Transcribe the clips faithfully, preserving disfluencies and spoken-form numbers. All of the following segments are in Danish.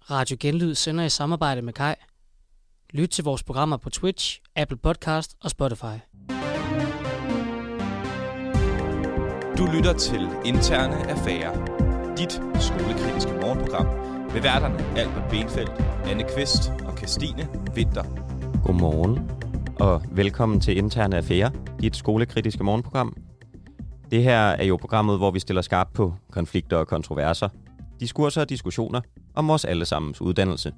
Radio Genlyd sender i samarbejde med Kai. Lyt til vores programmer på Twitch, Apple Podcast og Spotify. Du lytter til Interne Affærer, dit skolekritiske morgenprogram med værterne Albert Benfeldt, Anne Kvist og Kirstine Vinter. Godmorgen og velkommen til Interne Affærer, dit skolekritiske morgenprogram. Det her er jo programmet, hvor vi stiller skarpt på konflikter og kontroverser, diskurser og diskussioner om vores allesammens uddannelse.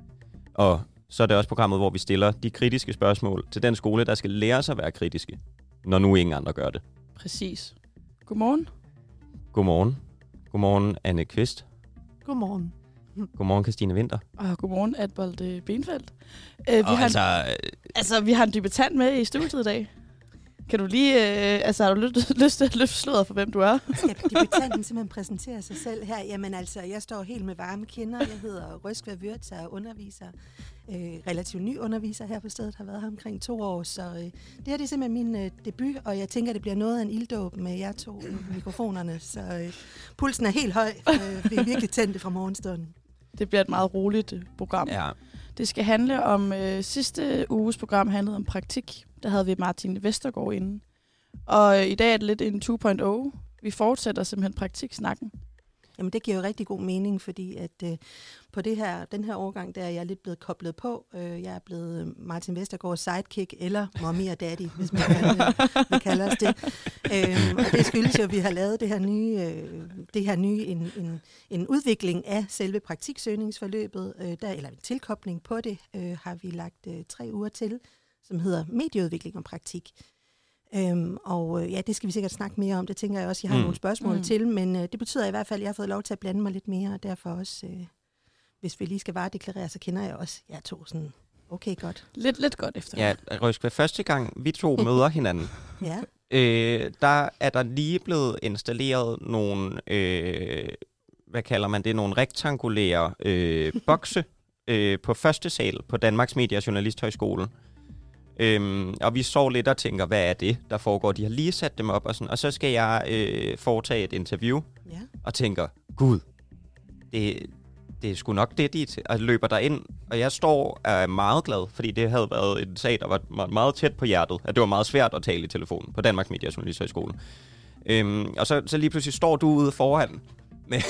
Og så er det også programmet, hvor vi stiller de kritiske spørgsmål til den skole, der skal lære sig at være kritiske, når nu ingen andre gør det. Præcis. Godmorgen. Godmorgen. Godmorgen, Anne Kvist. Godmorgen. Godmorgen, Kirstine Vinter. Og godmorgen, Adbold Benfeldt. Øh, vi, og har altså, en, altså, vi har en debutant med i studiet i dag. Kan du lige, øh, altså har du lyst, lyst til at løfte sløret for, hvem du er? Skal debutanten simpelthen præsentere sig selv her? Jamen altså, jeg står helt med varme kinder. Jeg hedder Røskva Würtz, er underviser, øh, relativt ny underviser her på stedet, har været her omkring to år. Så øh, det her det er simpelthen min øh, debut, og jeg tænker, det bliver noget af en ilddåb med jer to øh, mikrofonerne. Så øh, pulsen er helt høj. Øh, vi er virkelig tændte fra morgenstunden. Det bliver et meget roligt øh, program. Ja. Det skal handle om, øh, sidste uges program handlede om praktik. Der havde vi Martin Vestergaard inde. Og øh, i dag er det lidt en to punkt nul. Vi fortsætter simpelthen praktiksnakken. Jamen det giver jo rigtig god mening, fordi at øh, på det her, den her årgang, der er jeg lidt blevet koblet på. Øh, jeg er blevet Martin Vestergaards sidekick, eller mommy og daddy, hvis man kan, øh, vil kalde os det. Øh, og det skyldes jo, at vi har lavet det her nye, øh, det her nye en, en, en udvikling af selve praktiksøgningsforløbet, øh, der, eller en tilkobling på det, øh, har vi lagt øh, tre uger til, som hedder medieudvikling og praktik. Øhm, og øh, ja, det skal vi sikkert snakke mere om. Det tænker jeg også, jeg har mm. nogle spørgsmål mm. til, men øh, det betyder i hvert fald, at jeg har fået lov til at blande mig lidt mere, og derfor også, øh, hvis vi lige skal varedeklarere, så kender jeg også jer to sådan, okay godt. Lidt, lidt godt efter. Ja, Røskva, første gang vi to møder hinanden, ja. øh, der er der lige blevet installeret nogle, øh, hvad kalder man det, nogle rektangulære øh, bokse øh, på første sal på Danmarks Medie- og Journalisthøjskole. Øhm, og vi så lidt og tænker, hvad er det, der foregår? De har lige sat dem op, og, sådan, og så skal jeg øh, foretage et interview, ja. og tænker, gud, det, det er sgu nok det, de og løber der ind. Og jeg står og er meget glad, fordi det havde været en sag, der var meget tæt på hjertet, at det var meget svært at tale i telefonen på Danmarks Medie- og Journalisthøjskole. Øhm, og så, så lige pludselig står du ude foran, med,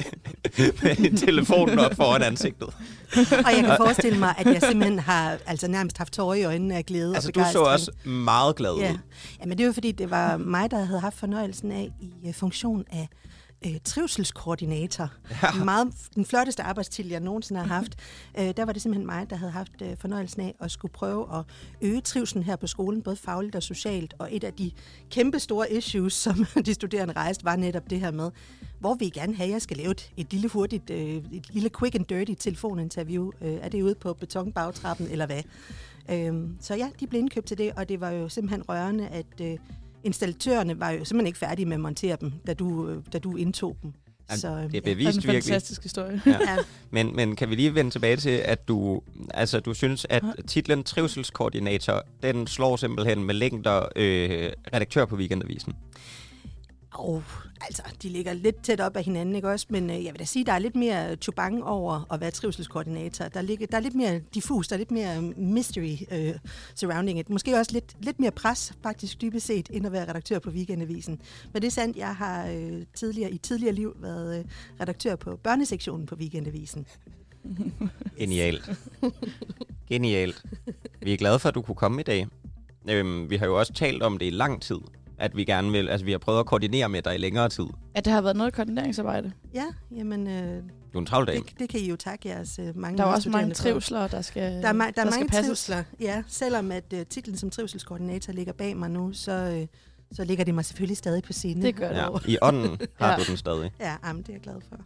med telefonen op foran ansigtet. Og jeg kan forestille mig, at jeg simpelthen har altså nærmest haft tårer i øjnene af glæde altså, og begejstring. Altså, du så også meget glad ud. Ja. Ja, men det er jo fordi, det var mig, der havde haft fornøjelsen af i uh, funktion af øh, trivselskoordinator. Ja. Meget, den flotteste arbejdstitel, jeg nogensinde har haft. øh, der var det simpelthen mig, der havde haft øh, fornøjelsen af at skulle prøve at øge trivselen her på skolen, både fagligt og socialt. Og et af de kæmpe store issues, som de studerende rejste, var netop det her med, hvor vi gerne have, at jeg skal lave et, et lille hurtigt, øh, et lille quick and dirty telefoninterview. Øh, er det ude på betonbagtrappen, eller hvad? Øh, så ja, de blev indkøbt til det, og det var jo simpelthen rørende, at øh, installatørerne var jo simpelthen ikke færdige med at montere dem, da du, da du indtog dem. Jamen, så, det er ja. bevist det er en virkelig. fantastisk historie. Ja. Ja. Men, men kan vi lige vende tilbage til, at du, altså, du synes, at titlen trivselskoordinator, den slår simpelthen med længder øh, redaktør på Weekendavisen? Oh, altså, de ligger lidt tæt op af hinanden, ikke også? Men øh, jeg vil da sige, der er lidt mere tubang over at være trivselskoordinator. Der, ligger, der er lidt mere diffus, der er lidt mere mystery øh, surrounding it. Måske også lidt, lidt mere pres, faktisk dybest set, end at være redaktør på Weekendavisen. Men det er sandt, jeg har øh, tidligere, i tidligere liv været øh, redaktør på børnesektionen på Weekendavisen. Genialt. Genialt. Vi er glade for, at du kunne komme i dag. Øhm, vi har jo også talt om det i lang tid, at vi gerne vil, altså vi har prøvet at koordinere med dig i længere tid. Ja, det har været noget koordineringsarbejde. Ja, jamen... Øh, du er en travl dag. Det, det kan I jo takke jeres øh, mange. Der er også mange trivsler, der skal Der er, ma- der der er skal mange passes. trivsler, ja. Selvom at øh, titlen som trivselskoordinator ligger bag mig nu, så, øh, så ligger det mig selvfølgelig stadig på sinde. Det gør det. Ja, i ånden har ja. du den stadig. Ja, jamen, det er jeg glad for.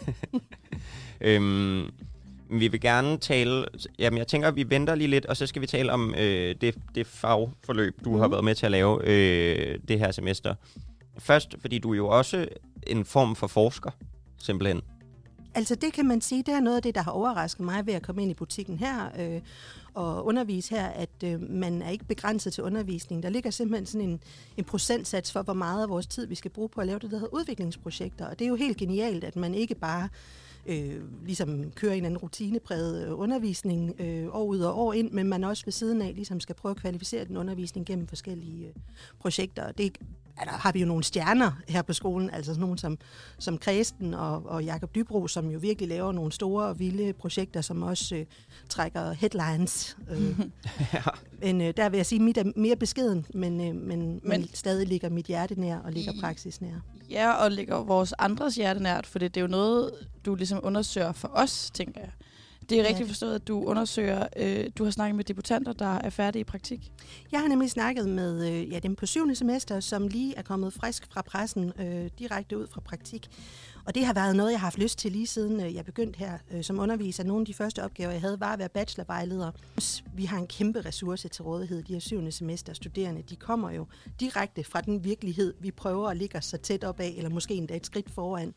øhm, vi vil gerne tale... Jamen, jeg tænker, at vi venter lige lidt, og så skal vi tale om øh, det, det fagforløb, du mm. har været med til at lave øh, det her semester. Først, fordi du er jo også en form for forsker, simpelthen. Altså, det kan man sige, det er noget af det, der har overrasket mig ved at komme ind i butikken her øh, og undervise her, at øh, man er ikke begrænset til undervisning. Der ligger simpelthen sådan en, en procentsats for, hvor meget af vores tid vi skal bruge på at lave det, der hedder udviklingsprojekter. Og det er jo helt genialt, at man ikke bare øh, ligesom kører en anden rutinepræget undervisning øh, år ud og år ind, men man også ved siden af ligesom skal prøve at kvalificere den undervisning gennem forskellige øh, projekter. Det der har vi jo nogle stjerner her på skolen, altså sådan nogle som, som Kresten og, og Jakob Dybro, som jo virkelig laver nogle store og vilde projekter, som også øh, trækker headlines. Øh. ja. Men øh, der vil jeg sige, at mit er mere beskeden, men, øh, men, men, men stadig ligger mit hjerte nær og ligger praksis nær. Ja, og ligger vores andres hjerte nært, for det er jo noget, du ligesom undersøger for os, tænker jeg. Det er rigtigt ja. forstået, at du undersøger, øh, du har snakket med debutanter, der er færdige i praktik. Jeg har nemlig snakket med øh, ja, dem på syvende semester, som lige er kommet frisk fra pressen, øh, direkte ud fra praktik. Og det har været noget, jeg har haft lyst til lige siden øh, jeg begyndte her øh, som underviser. Nogle af de første opgaver, jeg havde, var at være bachelorvejleder. Vi har en kæmpe ressource til rådighed. De her syvende semester studerende, de kommer jo direkte fra den virkelighed, vi prøver at ligge os så tæt op af, eller måske endda et skridt foran.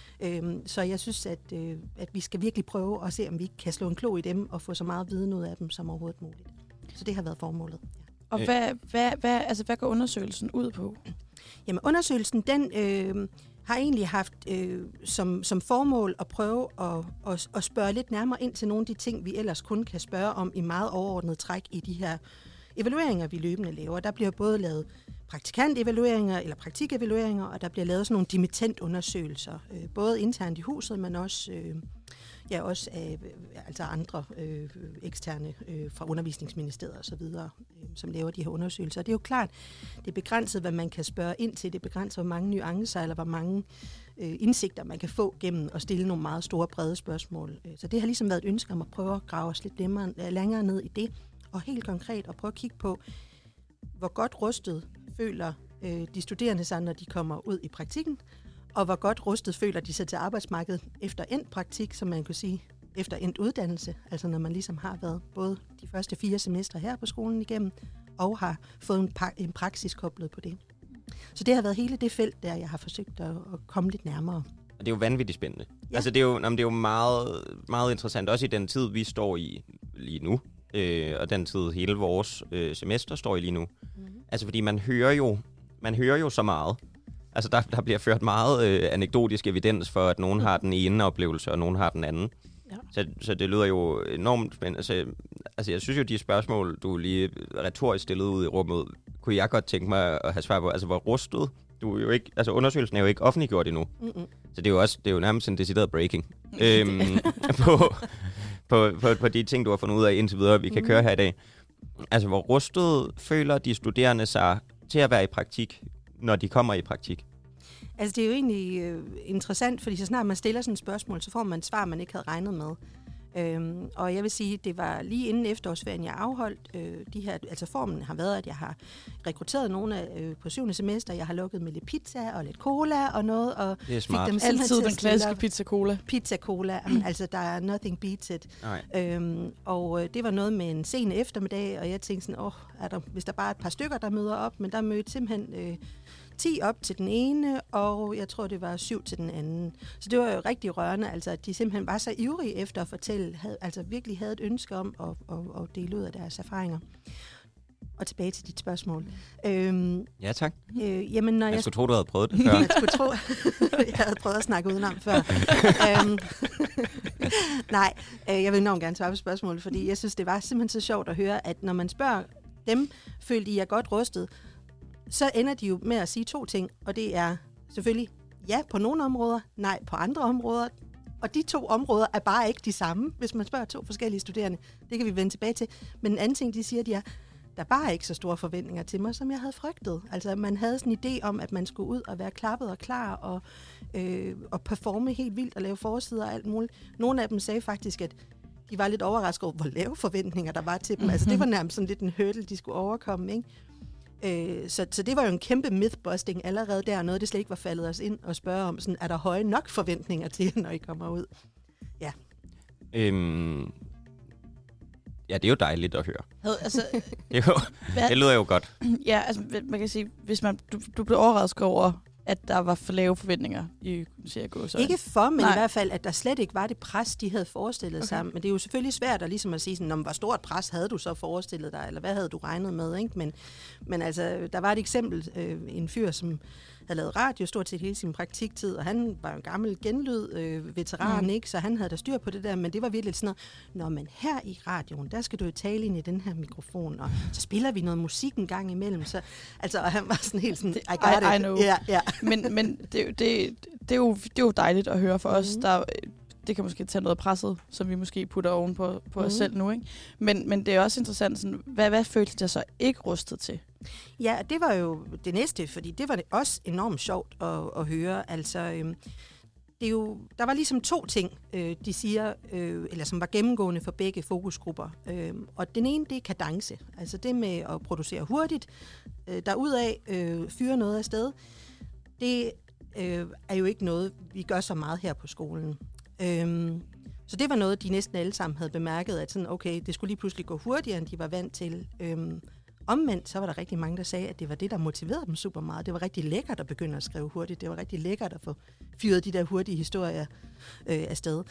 Så jeg synes, at, øh, at vi skal virkelig prøve at se, om vi ikke kan slå en klo i dem og få så meget viden ud af dem som overhovedet muligt. Så det har været formålet. Ja. Og hvad, hvad, hvad, altså, hvad går undersøgelsen ud på? Jamen undersøgelsen, den øh, har egentlig haft øh, som, som formål at prøve at, at, at spørge lidt nærmere ind til nogle af de ting, vi ellers kun kan spørge om i meget overordnet træk i de her evalueringer, vi løbende laver. Der bliver både lavet praktikantevalueringer eller praktikevalueringer, og der bliver lavet sådan nogle dimittentundersøgelser, øh, både internt i huset, men også, øh, ja, også af altså andre øh, eksterne øh, fra Undervisningsministeriet og så videre, øh, som laver de her undersøgelser. Og det er jo klart, det er begrænset, hvad man kan spørge ind til. Det er begrænset, hvor mange nuancer eller hvor mange øh, indsigter, man kan få gennem at stille nogle meget store, brede spørgsmål. Så det har ligesom været et ønske om at prøve at grave os lidt længere, længere ned i det, og helt konkret at prøve at kigge på, hvor godt rustet føler øh, de studerende sig, når de kommer ud i praktikken, og hvor godt rustet føler de sig til arbejdsmarkedet efter endt praktik, som man kan sige, efter endt uddannelse, altså når man ligesom har været både de første fire semestre her på skolen igennem, og har fået en, pa- en praksis koblet på det. Så det har været hele det felt, der jeg har forsøgt at, at komme lidt nærmere. Og det er jo vanvittigt spændende. Ja. Altså det er jo, jamen, det er jo meget, meget interessant, også i den tid, vi står i lige nu, øh, og den tid hele vores øh, semester står i lige nu. Mm-hmm. Altså fordi man hører jo, man hører jo så meget. Altså der, der bliver ført meget øh, anekdotisk evidens for, at nogen har den ene oplevelse, og nogen har den anden. Ja. Så, så det lyder jo enormt spændende. Altså, altså jeg synes jo, de spørgsmål, du lige retorisk stillede ud i rummet, kunne jeg godt tænke mig at have svar på. Altså hvor rustet, du er jo ikke, altså undersøgelsen er jo ikke offentliggjort endnu. Mm-mm. Så det er jo også, det er jo nærmest en decideret breaking øhm, på, på, på, på de ting, du har fundet ud af indtil videre, vi kan mm. køre her i dag. Altså hvor rustet føler de studerende sig til at være i praktik, når de kommer i praktik? Altså det er jo egentlig øh, interessant, fordi så snart man stiller sådan et spørgsmål, så får man et svar, man ikke havde regnet med. Øhm, og jeg vil sige, det var lige inden efterårsferien, jeg afholdt øh, de her, altså formen har været, at jeg har rekrutteret nogle af, øh, på syvende semester, jeg har lukket med lidt pizza og lidt cola og noget, og det er smart. Fik dem altid den klassiske pizza-cola. Pizza-cola, altså der er nothing beats it. Øhm, og øh, det var noget med en sen eftermiddag, og jeg tænkte sådan, åh, er der, hvis der bare er et par stykker, der møder op, men der mødte simpelthen øh, ti op til den ene, og jeg tror, det var syv til den anden. Så det var jo rigtig rørende, altså at de simpelthen var så ivrige efter at fortælle, havde, altså virkelig havde et ønske om at, at, at dele ud af deres erfaringer. Og tilbage til dit spørgsmål. Øhm, ja, tak. Øh, jamen, når jeg, jeg skulle tro, du havde prøvet det før. jeg skulle tro, jeg havde prøvet at snakke udenom før. øhm, nej, øh, jeg vil enormt gerne svare på spørgsmålet, fordi jeg synes, det var simpelthen så sjovt at høre, at når man spørger dem, følte I er godt rustet, så ender de jo med at sige to ting, og det er selvfølgelig ja på nogle områder, nej på andre områder, og de to områder er bare ikke de samme, hvis man spørger to forskellige studerende. Det kan vi vende tilbage til. Men en anden ting, de siger, de er, der er bare ikke så store forventninger til mig, som jeg havde frygtet. Altså man havde sådan en idé om, at man skulle ud og være klappet og klar, og, øh, og performe helt vildt, og lave forsider og alt muligt. Nogle af dem sagde faktisk, at de var lidt overrasket over, hvor lave forventninger der var til dem. Altså det var nærmest sådan lidt en hurdle, de skulle overkomme, ikke? Så, så det var jo en kæmpe mythbusting allerede der, noget det slet ikke var faldet os ind og spørge om, sådan, er der høje nok forventninger til, når I kommer ud? Ja. Øhm, ja, det er jo dejligt at høre. Havde, altså, det, er jo, det lyder jo godt. Ja, altså man kan sige, hvis man, du, du blev overrasket over, at der var for lave forventninger i C A K. Ikke for, men Nej. i hvert fald, at der slet ikke var det pres, de havde forestillet okay. sig. Men det er jo selvfølgelig svært at, ligesom at sige, sådan, hvor stort pres havde du så forestillet dig, eller hvad havde du regnet med? Ikke? Men, men altså, der var et eksempel, øh, en fyr, som havde lavet radio stort set hele sin praktiktid, og han var en gammel genlyd øh, veteran, mm. ikke? Så han havde der styr på det der, men det var virkelig sådan noget, nå, men her i radioen, der skal du jo tale ind i den her mikrofon, og så spiller vi noget musik en gang imellem, så altså, og han var sådan helt sådan, I got I, it. I know. Ja, ja. men men det, det, det, er jo, det er jo dejligt at høre for mm. os, der det kan måske tage noget presset, som vi måske putter oven på, på mm. os selv nu, ikke? Men, men det er også interessant, sådan, hvad, hvad følte jeg så ikke rustet til? Ja, det var jo det næste, fordi det var det også enormt sjovt at, at høre. Altså, øhm, det er jo, der var ligesom to ting, øh, de siger, øh, eller som var gennemgående for begge fokusgrupper. Øh, og den ene, det er kadence. Altså det med at producere hurtigt, øh, derudaf øh, fyre noget af sted. Det øh, er jo ikke noget, vi gør så meget her på skolen. Øhm, så det var noget, de næsten alle sammen havde bemærket, at sådan, okay, det skulle lige pludselig gå hurtigere, end de var vant til. Øhm, omvendt, så var der rigtig mange, der sagde, at det var det, der motiverede dem super meget. Det var rigtig lækkert at begynde at skrive hurtigt. Det var rigtig lækkert at få fyret de der hurtige historier øh, afsted.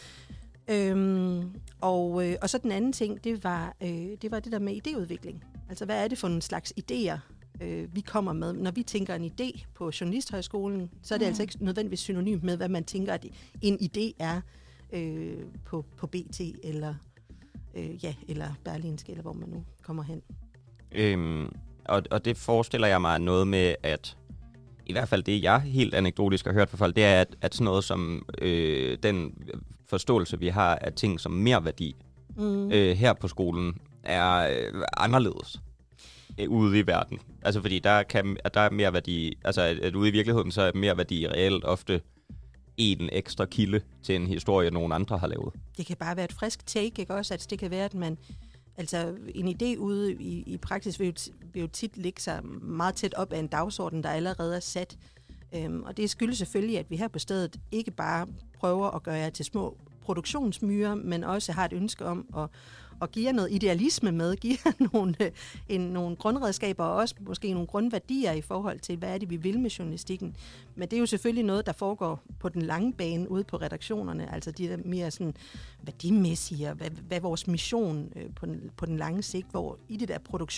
Øhm, og, øh, og så den anden ting, det var, øh, det var det der med idéudvikling. Altså, hvad er det for en slags idéer, øh, vi kommer med? Når vi tænker en idé på Journalisthøjskolen, så er det mm. altså ikke nødvendigvis synonymt med, hvad man tænker, at en idé er øh, på, på B T eller, øh, ja, eller Berlingske, eller hvor man nu kommer hen. Øhm, og, og det forestiller jeg mig noget med, at i hvert fald det, jeg helt anekdotisk har hørt fra folk, det er, at, at sådan noget som øh, den forståelse, vi har af ting som merværdi mm. øh, her på skolen, er øh, anderledes øh, ude i verden. Altså fordi der, kan, at der er merværdi, altså at, at ude i virkeligheden, så er merværdi reelt ofte en ekstra kilde til en historie, nogen andre har lavet. Det kan bare være et frisk take, ikke også? Altså det kan være, at man altså en idé ude i, i praksis vil jo, vil jo tit ligge sig meget tæt op af en dagsorden, der allerede er sat. Øhm, og det skyldes selvfølgelig, at vi her på stedet ikke bare prøver at gøre jer til små produktionsmyrer, men også har et ønske om at, at give jer noget idealisme med, give jer nogle, en, nogle grundredskaber og også måske nogle grundværdier i forhold til, hvad er det, vi vil med journalistikken. Men det er jo selvfølgelig noget, der foregår på den lange bane ude på redaktionerne, altså de der mere sådan værdimæssige, og hvad, hvad er vores mission øh, på, den, på den lange sigt, hvor i det der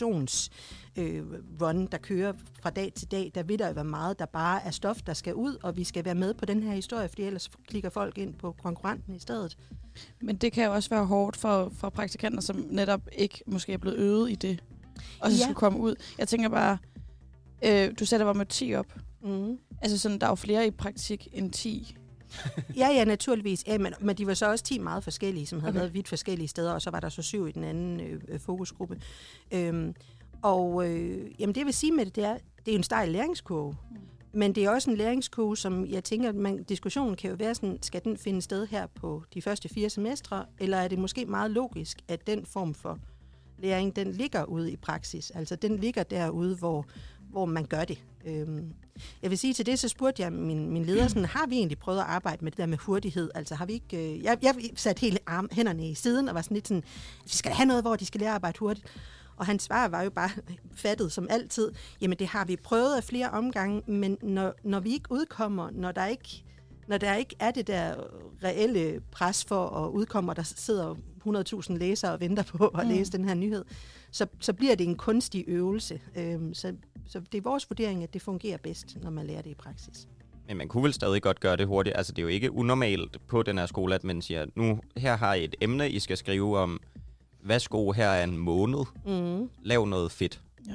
produktionsrun, øh, der kører fra dag til dag, der vil der jo være meget, der bare er stof, der skal ud, og vi skal være med på den her historie, fordi ellers klikker folk ind på konkurrenten i stedet. Men det kan jo også være hårdt for, for praktikanter, som netop ikke måske er blevet øvet i det, og så ja. skulle komme ud. Jeg tænker bare, øh, du sætter bare med ti op. Mm. Altså sådan, der er jo flere i praktik end ti. ja, ja, naturligvis. Ja, men, men de var så også ti meget forskellige, som havde okay. været vidt forskellige steder, og så var der så syv i den anden øh, fokusgruppe. Øhm, og øh, jamen, det jeg vil sige med det, det er, det er en stejl læringskurve. Mm. Men det er også en læringskurve, som jeg tænker, at man, diskussionen kan jo være sådan, skal den finde sted her på de første fire semestre, eller er det måske meget logisk, at den form for læring, den ligger ude i praksis. Altså den ligger derude, hvor, hvor man gør det. Øhm, jeg vil sige til det, så spurgte jeg min, min leder, sådan, har vi egentlig prøvet at arbejde med det der med hurtighed? Altså har vi ikke... Øh, jeg, jeg satte hele arm, hænderne i siden og var sådan lidt sådan, vi skal have noget, hvor de skal lære at arbejde hurtigt. Og hans svar var jo bare fattet som altid. Jamen det har vi prøvet af flere omgange, men når, når vi ikke udkommer, når der ikke, når der ikke er det der reelle pres for at udkomme, og der sidder hundrede tusind læsere og venter på at mm. læse den her nyhed, så, så bliver det en kunstig øvelse. Øhm, så, så det er vores vurdering, at det fungerer bedst, når man lærer det i praksis. Men man kunne vel stadig godt gøre det hurtigt. Altså det er jo ikke unormalt på den her skole, at man siger, nu her har I et emne, I skal skrive om. Værsgo, her er en måned. Mm. Lav noget fedt. Ja.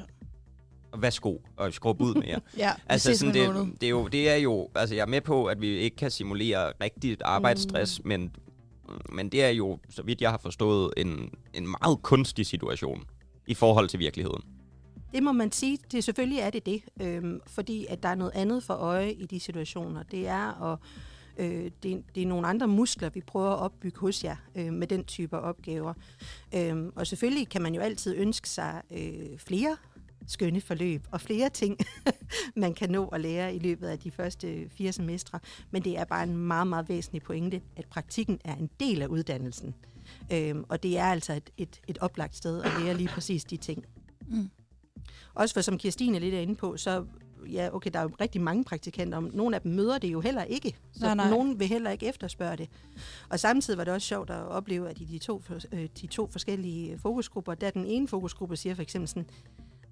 Og værsgo, og skrub ud mere. ja, altså, sådan, det, det, er jo, det er jo, altså jeg er med på, at vi ikke kan simulere rigtigt arbejdsstress, mm. men, men det er jo, så vidt jeg har forstået, en, en meget kunstig situation i forhold til virkeligheden. Det må man sige. Det, selvfølgelig er det det, øhm, fordi at der er noget andet for øje i de situationer. Det er at Øh, det, det er nogle andre muskler, vi prøver at opbygge hos jer øh, med den type opgaver. Øh, og selvfølgelig kan man jo altid ønske sig øh, flere skønne forløb og flere ting, man kan nå at lære i løbet af de første fire semestre. Men det er bare en meget, meget væsentlig pointe, at praktikken er en del af uddannelsen. Øh, og det er altså et, et, et oplagt sted at lære lige præcis de ting. Mm. Også for som Kirstine lidt er inde på, så ja, okay, der er jo rigtig mange praktikanter, og nogle af dem møder det jo heller ikke, så nej, nej. Nogen vil heller ikke efterspørge det. Og samtidig var det også sjovt at opleve, at i de to, øh, de to forskellige fokusgrupper, der den ene fokusgruppe siger for eksempel sådan,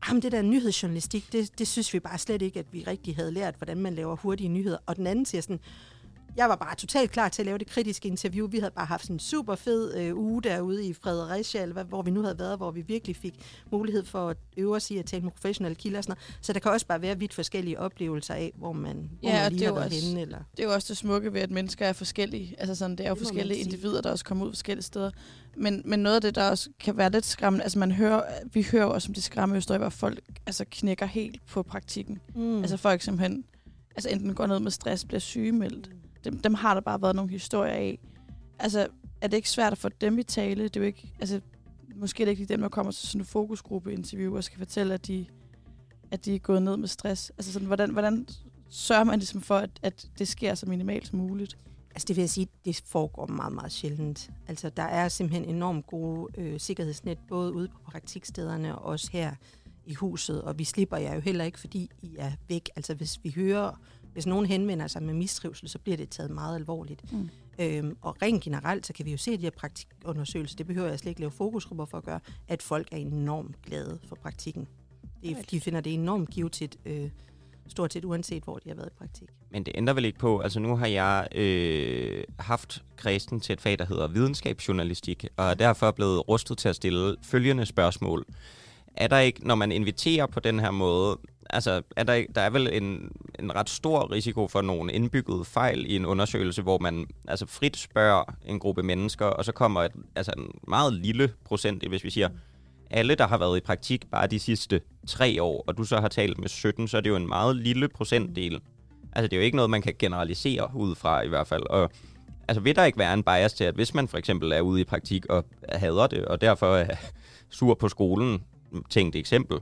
Jamen, det der nyhedsjournalistik, det, det synes vi bare slet ikke, at vi rigtig havde lært, hvordan man laver hurtige nyheder. Og den anden siger sådan, jeg var bare totalt klar til at lave det kritiske interview. Vi havde bare haft sådan en super fed øh, uge derude i Fredericia, eller hvad, hvor vi nu havde været, hvor vi virkelig fik mulighed for at øve os i at tale med professionelle kilder og sådan noget. Så der kan også bare være vidt forskellige oplevelser af, hvor man, hvor ja, man lige har været også, henne. Eller... Det er jo også det smukke ved, at mennesker er forskellige. Altså sådan, det er jo det forskellige individer, der også kommer ud forskellige steder. Men, men noget af det, der også kan være lidt skræmmende, altså man hører, vi hører også om de skræmme historier, hvor folk altså knækker helt på praktikken. Mm. Altså folk simpelthen altså enten går ned med stress, bliver sygemeldt. Mm. Dem, dem har der bare været nogle historier af. Altså, er det ikke svært at få dem i tale? Det er jo ikke, altså, måske er det ikke dem, der kommer til sådan en fokusgruppe-interview og skal fortælle, at de, at de er gået ned med stress. Altså, sådan, hvordan, hvordan sørger man ligesom for, at, at det sker så minimalt som muligt? Altså, det vil jeg sige, det foregår meget, meget sjældent. Altså, der er simpelthen enormt gode øh, sikkerhedsnet, både ude på praktikstederne og også her i huset. Og vi slipper jer jo heller ikke, fordi I er væk. Altså, hvis vi hører... Hvis nogen henvender sig med mistrivsel, så bliver det taget meget alvorligt. Mm. Øhm, og rent generelt, så kan vi jo se, at de her praktikundersøgelser, det behøver jeg slet ikke lave fokusgrupper for at gøre, at folk er enormt glade for praktikken. Det er, de finder det enormt givetigt, øh, stort set uanset, hvor de har været i praktik. Men det ændrer vel ikke på, altså nu har jeg øh, haft kredsen til et fag, der hedder videnskabsjournalistik, og er derfor blevet rustet til at stille følgende spørgsmål. Er der ikke, når man inviterer på den her måde, altså er der, ikke, der er vel en, en ret stor risiko for nogle indbyggede fejl i en undersøgelse, hvor man altså frit spørger en gruppe mennesker, og så kommer et, altså en meget lille procent, hvis vi siger, alle, der har været i praktik bare de sidste tre år, og du så har talt med sytten, så er det jo en meget lille procentdel. Altså det er jo ikke noget, man kan generalisere ud fra i hvert fald, og altså vil der ikke være en bias til, at hvis man for eksempel er ude i praktik og hader det, og derfor er sur på skolen, tænkt eksempel,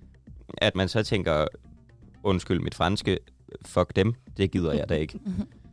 at man så tænker, undskyld mit franske, fuck dem, det gider jeg da ikke.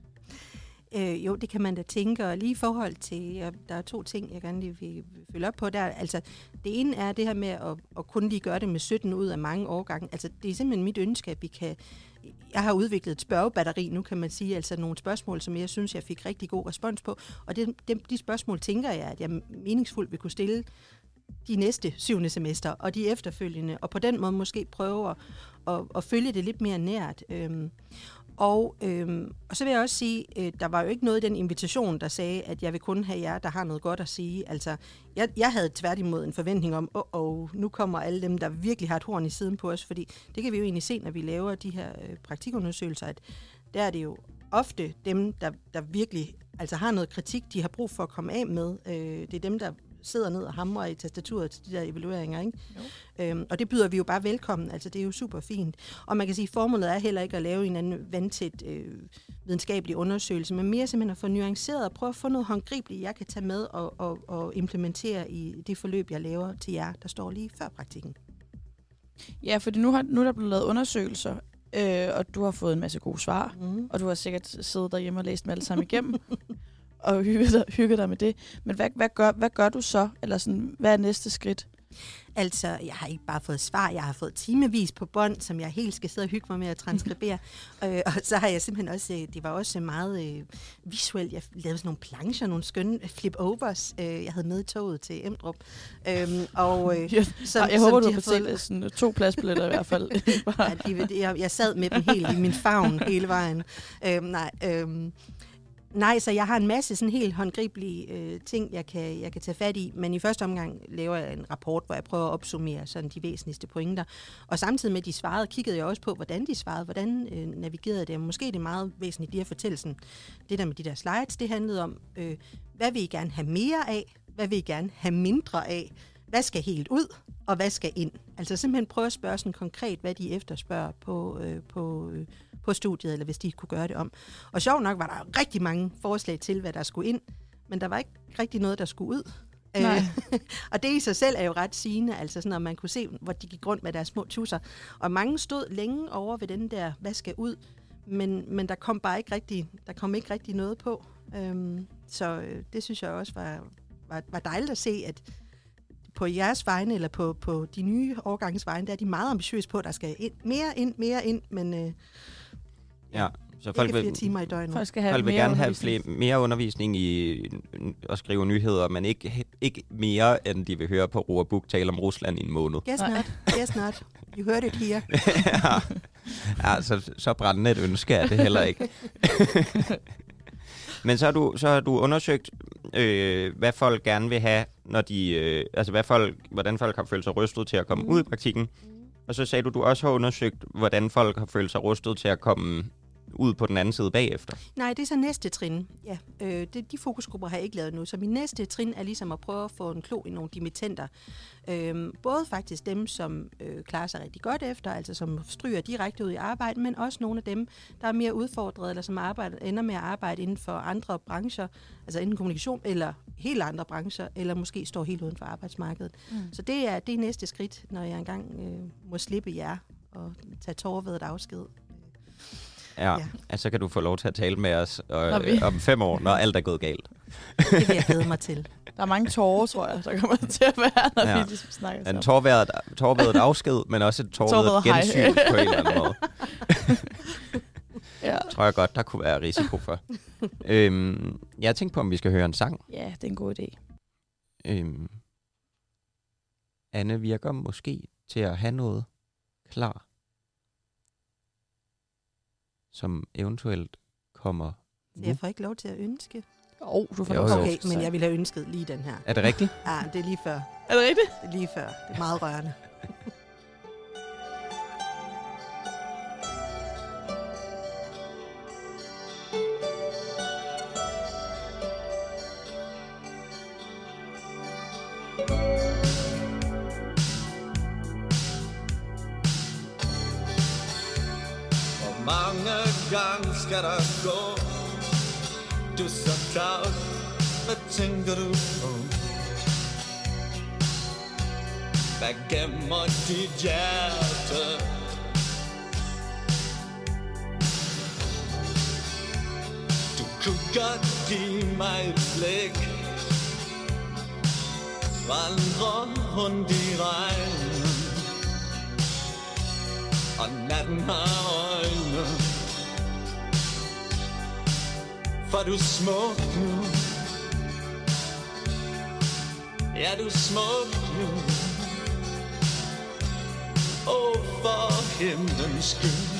øh, jo, det kan man da tænke, og lige i forhold til, ja, der er to ting, jeg gerne lige vil følge op på der. Altså, det ene er det her med at, at kun lige gøre det med sytten ud af mange årgange. Altså, det er simpelthen mit ønske, at vi kan... Jeg har udviklet et spørgebatteri, nu kan man sige, altså nogle spørgsmål, som jeg synes, jeg fik rigtig god respons på, og det, de, de spørgsmål tænker jeg, at jeg meningsfuldt vil kunne stille de næste syvende semester, og de efterfølgende, og på den måde måske prøve at, at, at følge det lidt mere nært. Øhm, og, øhm, og så vil jeg også sige, øh, der var jo ikke noget i den invitation, der sagde, at jeg vil kun have jer, der har noget godt at sige. Altså, jeg, jeg havde tværtimod en forventning om, åh, oh, oh, nu kommer alle dem, der virkelig har et horn i siden på os, fordi det kan vi jo egentlig se, når vi laver de her øh, praktikundersøgelser, at der er det jo ofte dem, der, der virkelig altså har noget kritik, de har brug for at komme af med. Øh, det er dem, der sidder ned og hamrer i tastaturet til de der evalueringer, ikke? Øhm, og det byder vi jo bare velkommen, altså det er jo super fint. Og man kan sige, at formålet er heller ikke at lave en anden vandtæt øh, videnskabelig undersøgelse, men mere simpelthen at få nuanceret og prøve at få noget håndgribeligt, jeg kan tage med og, og, og implementere i det forløb, jeg laver til jer, der står lige før praktikken. Ja, fordi nu, har, nu er der blevet lavet undersøgelser, øh, og du har fået en masse gode svar, mm. og du har sikkert siddet derhjemme og læst dem alle sammen igennem. og hygge dig, hygge dig med det. Men hvad, hvad, gør, hvad gør du så? Eller sådan, hvad er næste skridt? Altså, jeg har ikke bare fået svar, jeg har fået timevis på bånd, som jeg helt skal sidde og hygge mig med at transkribere. øh, og så har jeg simpelthen også, det var også meget øh, visuelt, jeg lavede sådan nogle plancher, nogle skønne flip-overs, øh, jeg havde med i toget til Emdrup. Øhm, og, øh, ja, som, jeg håber, som du har har fået sådan to pladsbilletter i hvert fald. ja, de, jeg, jeg sad med dem helt i min favn hele vejen. Øhm, nej, øhm, Nej, så jeg har en masse sådan helt håndgribelige øh, ting, jeg kan, jeg kan tage fat i, men i første omgang laver jeg en rapport, hvor jeg prøver at opsummere sådan de væsentligste pointer. Og samtidig med, de svarede, kiggede jeg også på, hvordan de svarede, hvordan øh, navigerede det. Måske er det meget væsentligt lige at fortælle sådan, det der med de der slides, det handlede om, øh, hvad vil I gerne have mere af, hvad vil I gerne have mindre af, hvad skal helt ud, og hvad skal ind. Altså simpelthen prøve at spørge sådan konkret, hvad de efterspørger på, øh, på, øh, på studiet, eller hvis de kunne gøre det om. Og sjovt nok var der rigtig mange forslag til, hvad der skulle ind, men der var ikke rigtig noget, der skulle ud. Nej. Og det i sig selv er jo ret sigende, altså sådan, at man kunne se, hvor de gik rundt med deres små tusser. Og mange stod længe over ved den der, hvad skal ud, men, men der kom bare ikke rigtig, der kom ikke rigtig noget på. Øhm, så øh, det synes jeg også var, var, var dejligt at se, at på jeres vegne, eller på, på de nye årgangens vegne, der er de meget ambitiøse på, at der skal ind, mere ind, mere ind, men... Øh, ja, Så folk ikke flere vil, timer i døgnet. Folk skal have folk vil mere gerne have undervisning. flere, mere undervisning i at skrive nyheder, men ikke, ikke mere, end de vil høre på Roar Buch tale om Rusland i en måned. Guess not. Guess not. You heard it here. ja, ja så, så brændende et ønske er det heller ikke. Men så har du, så har du undersøgt, øh, hvad folk gerne vil have, når de, øh, altså hvad folk, hvordan folk har følt sig rustet til at komme mm. ud i praktikken. Og så sagde du, du også har undersøgt, hvordan folk har følt sig rustet til at komme ud på den anden side bagefter. Nej, det er så næste trin. Ja, øh, det, de fokusgrupper har jeg ikke lavet nu. Så min næste trin er ligesom at prøve at få en klo i nogle dimittenter. Øh, både faktisk dem, som øh, klarer sig rigtig godt efter, altså som stryger direkte ud i arbejde, men også nogle af dem, der er mere udfordret, eller som arbejder, ender med at arbejde inden for andre brancher, altså enten kommunikation, eller helt andre brancher, eller måske står helt uden for arbejdsmarkedet. Mm. Så det er, det er næste skridt, når jeg engang øh, må slippe jer og tage tårervedet afsked. Ja, Ja. altså kan du få lov til at tale med os øh, om fem år, når alt er gået galt. Det vil jeg glæde mig til. Der er mange tårer, tror jeg, der kommer til at være, når Ja. vi ligesom snakker En sammen. tårværet, tårværet afsked, men også et tårværet Tårværet hej. gensyn på en eller anden måde. Ja. Tror jeg godt, der kunne være risiko for. øhm, jeg tænkte på, om vi skal høre en sang. ja, det er en god idé. Øhm, Anne virker måske til at have noget klar, som eventuelt kommer Så jeg får ikke lov til at ønske. Åh, oh, du får Jo, lov jo. til at Okay, ønske men sig. jeg ville have ønsket lige den her. Er det rigtigt? Ja, det er lige før. Er det rigtigt? Det er lige før. Det er meget rørende. Hvor mange gange skal der gå? Du er så tavs, hvad tænker du på? Hvad gemmer dit hjerte? Du kunne godt give mig et blik, vandre rundt i regnen, og natten har øjne, for du er smuk nu. Ja, du er smuk nu. Åh, for himlens skyld,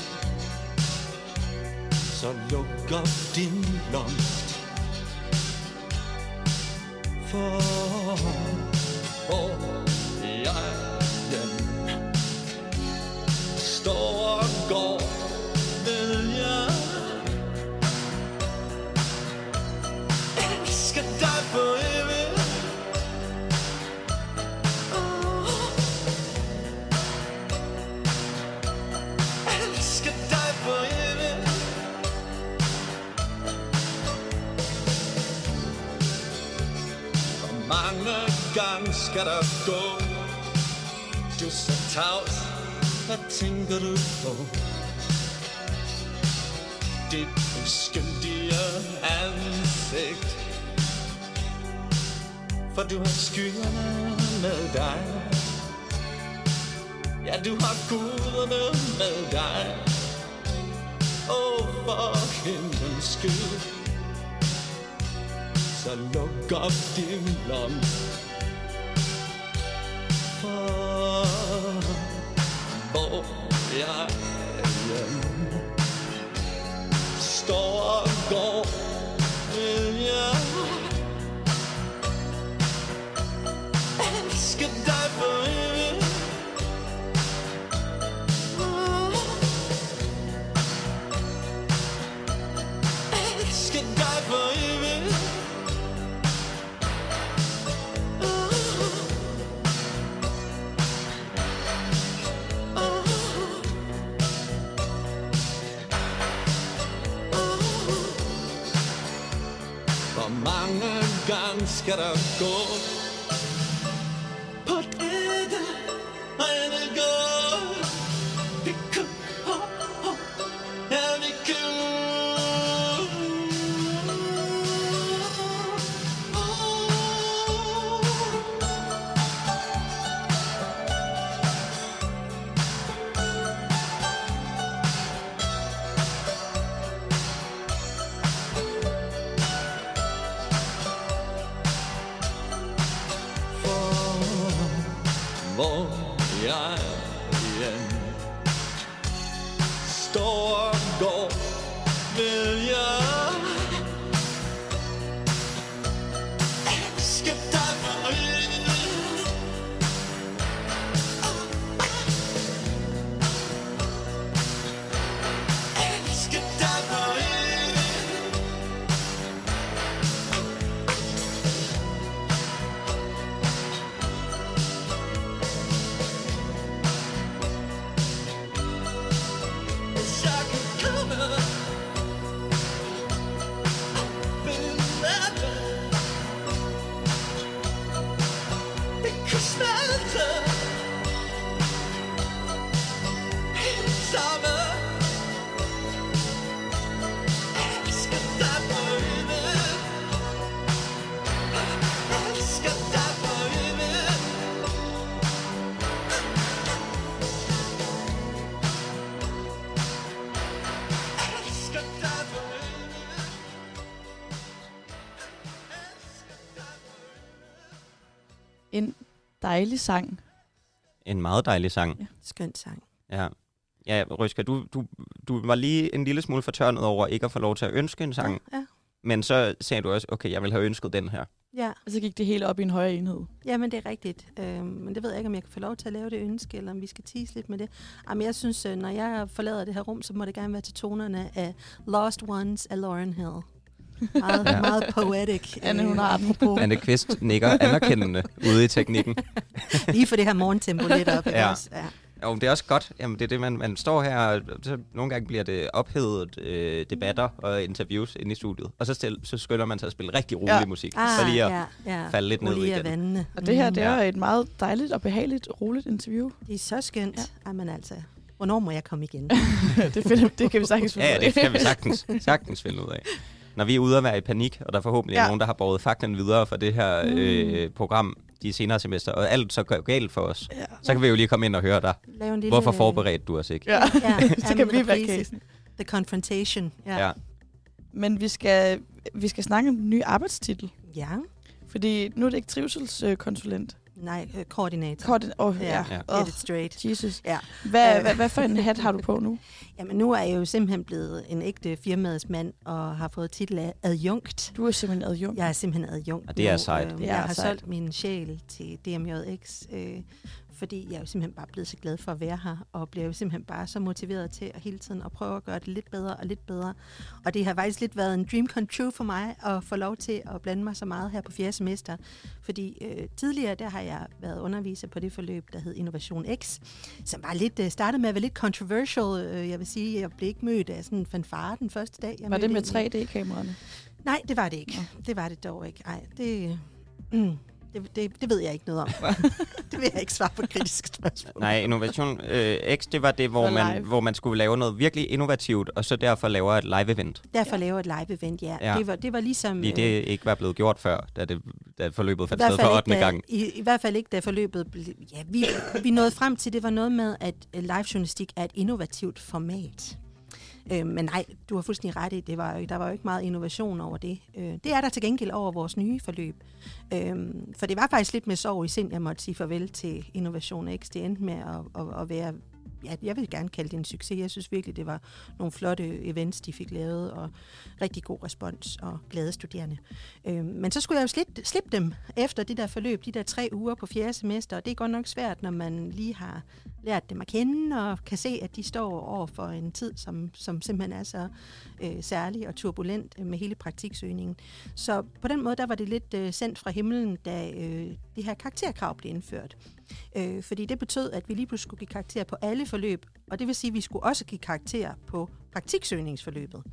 så luk op din blomst, for hvor jeg hjem står og går, ved jeg elsker dig for evigt. Åh, elsker dig for evigt. Hvor mange gange skal der gå? Du er så tavs, hvad tænker du på? Dit uskyldige ansigt, for du har skyerne med dig. Ja, du har guderne med dig. Åh, oh, for himlens skyld, så luk op din blomst, for hvor jeg hjem står og går, vil jeg elsker dig for evigt. Elsker dig for evigt. Hvor mange gange skal der gå? På dette, og jeg vil gå. Vi kan, oh, oh, ja, vi kan. hvor jeg igen står og går, vil jeg elske dig for evigt. Elske dig for evigt. Hvis jeg kan komme op i natten, vi kan smelte helt sammen. Elsker dig for evigt. Elsker dig for evigt. Elsker dig for evigt. En dejlig sang. En meget dejlig sang. Skøn sang. Ja. Ja, Røska, du, du, du var lige en lille smule fortørnet over ikke at få lov til at ønske en sang. Ja, ja. Men så sagde du også, okay, jeg vil have ønsket den her. Ja. Og så gik det helt op i en højere enhed. Ja, men det er rigtigt. Øhm, men det ved jeg ikke, om jeg kan få lov til at lave det ønske, eller om vi skal tease lidt med det. Jamen, jeg synes, når jeg forlader det her rum, så må det gerne være til tonerne af Lost Ones af Lauryn Hill. Meget, Ja. ja. meget poetic. Anne, hun har den. apropos. Anne Kvist nikker anerkendende ude i teknikken. Lige for det her morgentempo lidt op. Ikke Ja. også? Ja. Jo, det er også godt. Jamen, det er det, man, man står her, og så nogle gange bliver det ophedet øh, debatter og interviews inde i studiet. Og så, stil, så skynder man sig at spille rigtig rolig Ja. musik. Ah, så lige at ja, ja. falde lidt ned Rolige igen. vandene. Og det her, Mm. det er Ja. et meget dejligt og behageligt, roligt interview. Det er så skønt. Ja. Ja. Jamen altså, hvornår må jeg komme igen? det, finder, det kan vi sagtens finde Ja, ud af. det kan vi sagtens, sagtens finde ud af. Når vi er ude at være i panik, og der forhåbentlig ja. er Ja. nogen, der har båret fakten videre for det her øh, program de senere semester, og alt så går galt for os, Ja. så kan vi jo lige komme ind og høre dig. Lave en lille, Hvorfor forberedte du os ikke? Ja, Ja, så kan jamen, vi være reprise. casen. The Confrontation. Ja. Ja. Men vi skal, vi skal snakke om den nye arbejdstitel. ja. Fordi nu er det ikke trivselskonsulent. Nej, uh, koordinator. Koordin- oh, ja. Ja. ja. Get it straight. Jesus. Ja. Hvad, Øh. hvad, hvad for en hat har du på nu? Jamen, nu er jeg jo simpelthen blevet en ægte firmaets mand og har fået titel af adjunkt. Du er simpelthen adjunkt. Jeg er simpelthen adjunkt. Og det er nu. sejt. Øhm, Det er jeg har sejt. solgt min sjæl til D M J X, øh, fordi jeg er jo simpelthen bare blevet så glad for at være her, og bliver jo simpelthen bare så motiveret til at hele tiden at prøve at gøre det lidt bedre og lidt bedre. Og det har faktisk lidt været en dream come true for mig at få lov til at blande mig så meget her på fjerde semester. Fordi øh, tidligere, der har jeg været underviser på det forløb, der hed Innovation X, som var lidt, øh, startede med at være lidt controversial. Øh, jeg vil sige, jeg blev ikke mødt af sådan en fanfare den første dag. Jeg Var det mødte med egentlig- tre D-kameraerne? Nej, det var det ikke. Det var det dog ikke. Ej, det, mm, det, det, det ved jeg ikke noget om. Det vil jeg ikke svare på kritiske spørgsmål. Nej, Innovation øh, X, det var det, hvor For man, live. hvor man skulle lave noget virkelig innovativt, og så derfor laver et live-event. Derfor laver et live-event, ja. Ja. Det, var, det var ligesom... Fordi det ikke var blevet gjort før, da, det, da forløbet i fandt hvert sted fald for ikke, ottende da- gang. I, I hvert fald ikke, da forløbet... Ble, ja, vi, vi nåede frem til, det var noget med, at øh, live-journalistik er et innovativt format. Øh, men nej, du har fuldstændig ret i, det var jo, der var jo ikke meget innovation over det. Øh, det er der til gengæld over vores nye forløb. Øh, for det var faktisk lidt med sorg i sind, jeg måtte sige farvel til Innovation X. Det endte med at, at, at være... Ja, jeg vil gerne kalde det en succes. Jeg synes virkelig, det var nogle flotte events, de fik lavet, og rigtig god respons og glade studerende. Øh, men så skulle jeg jo slippe, slippe dem efter det der forløb, de der tre uger på fjerde semester, og det er godt nok svært, når man lige har lært dem at kende, og kan se, at de står over for en tid, som, som simpelthen er så øh, særlig og turbulent øh, med hele praktiksøgningen. Så på den måde, der var det lidt øh, sendt fra himlen, da øh, det her karakterkrav blev indført. Øh, fordi det betød, at vi lige pludselig skulle give karakter på alle forløb, og det vil sige, at vi skulle også give karakter på praktiksøgningsforløbet.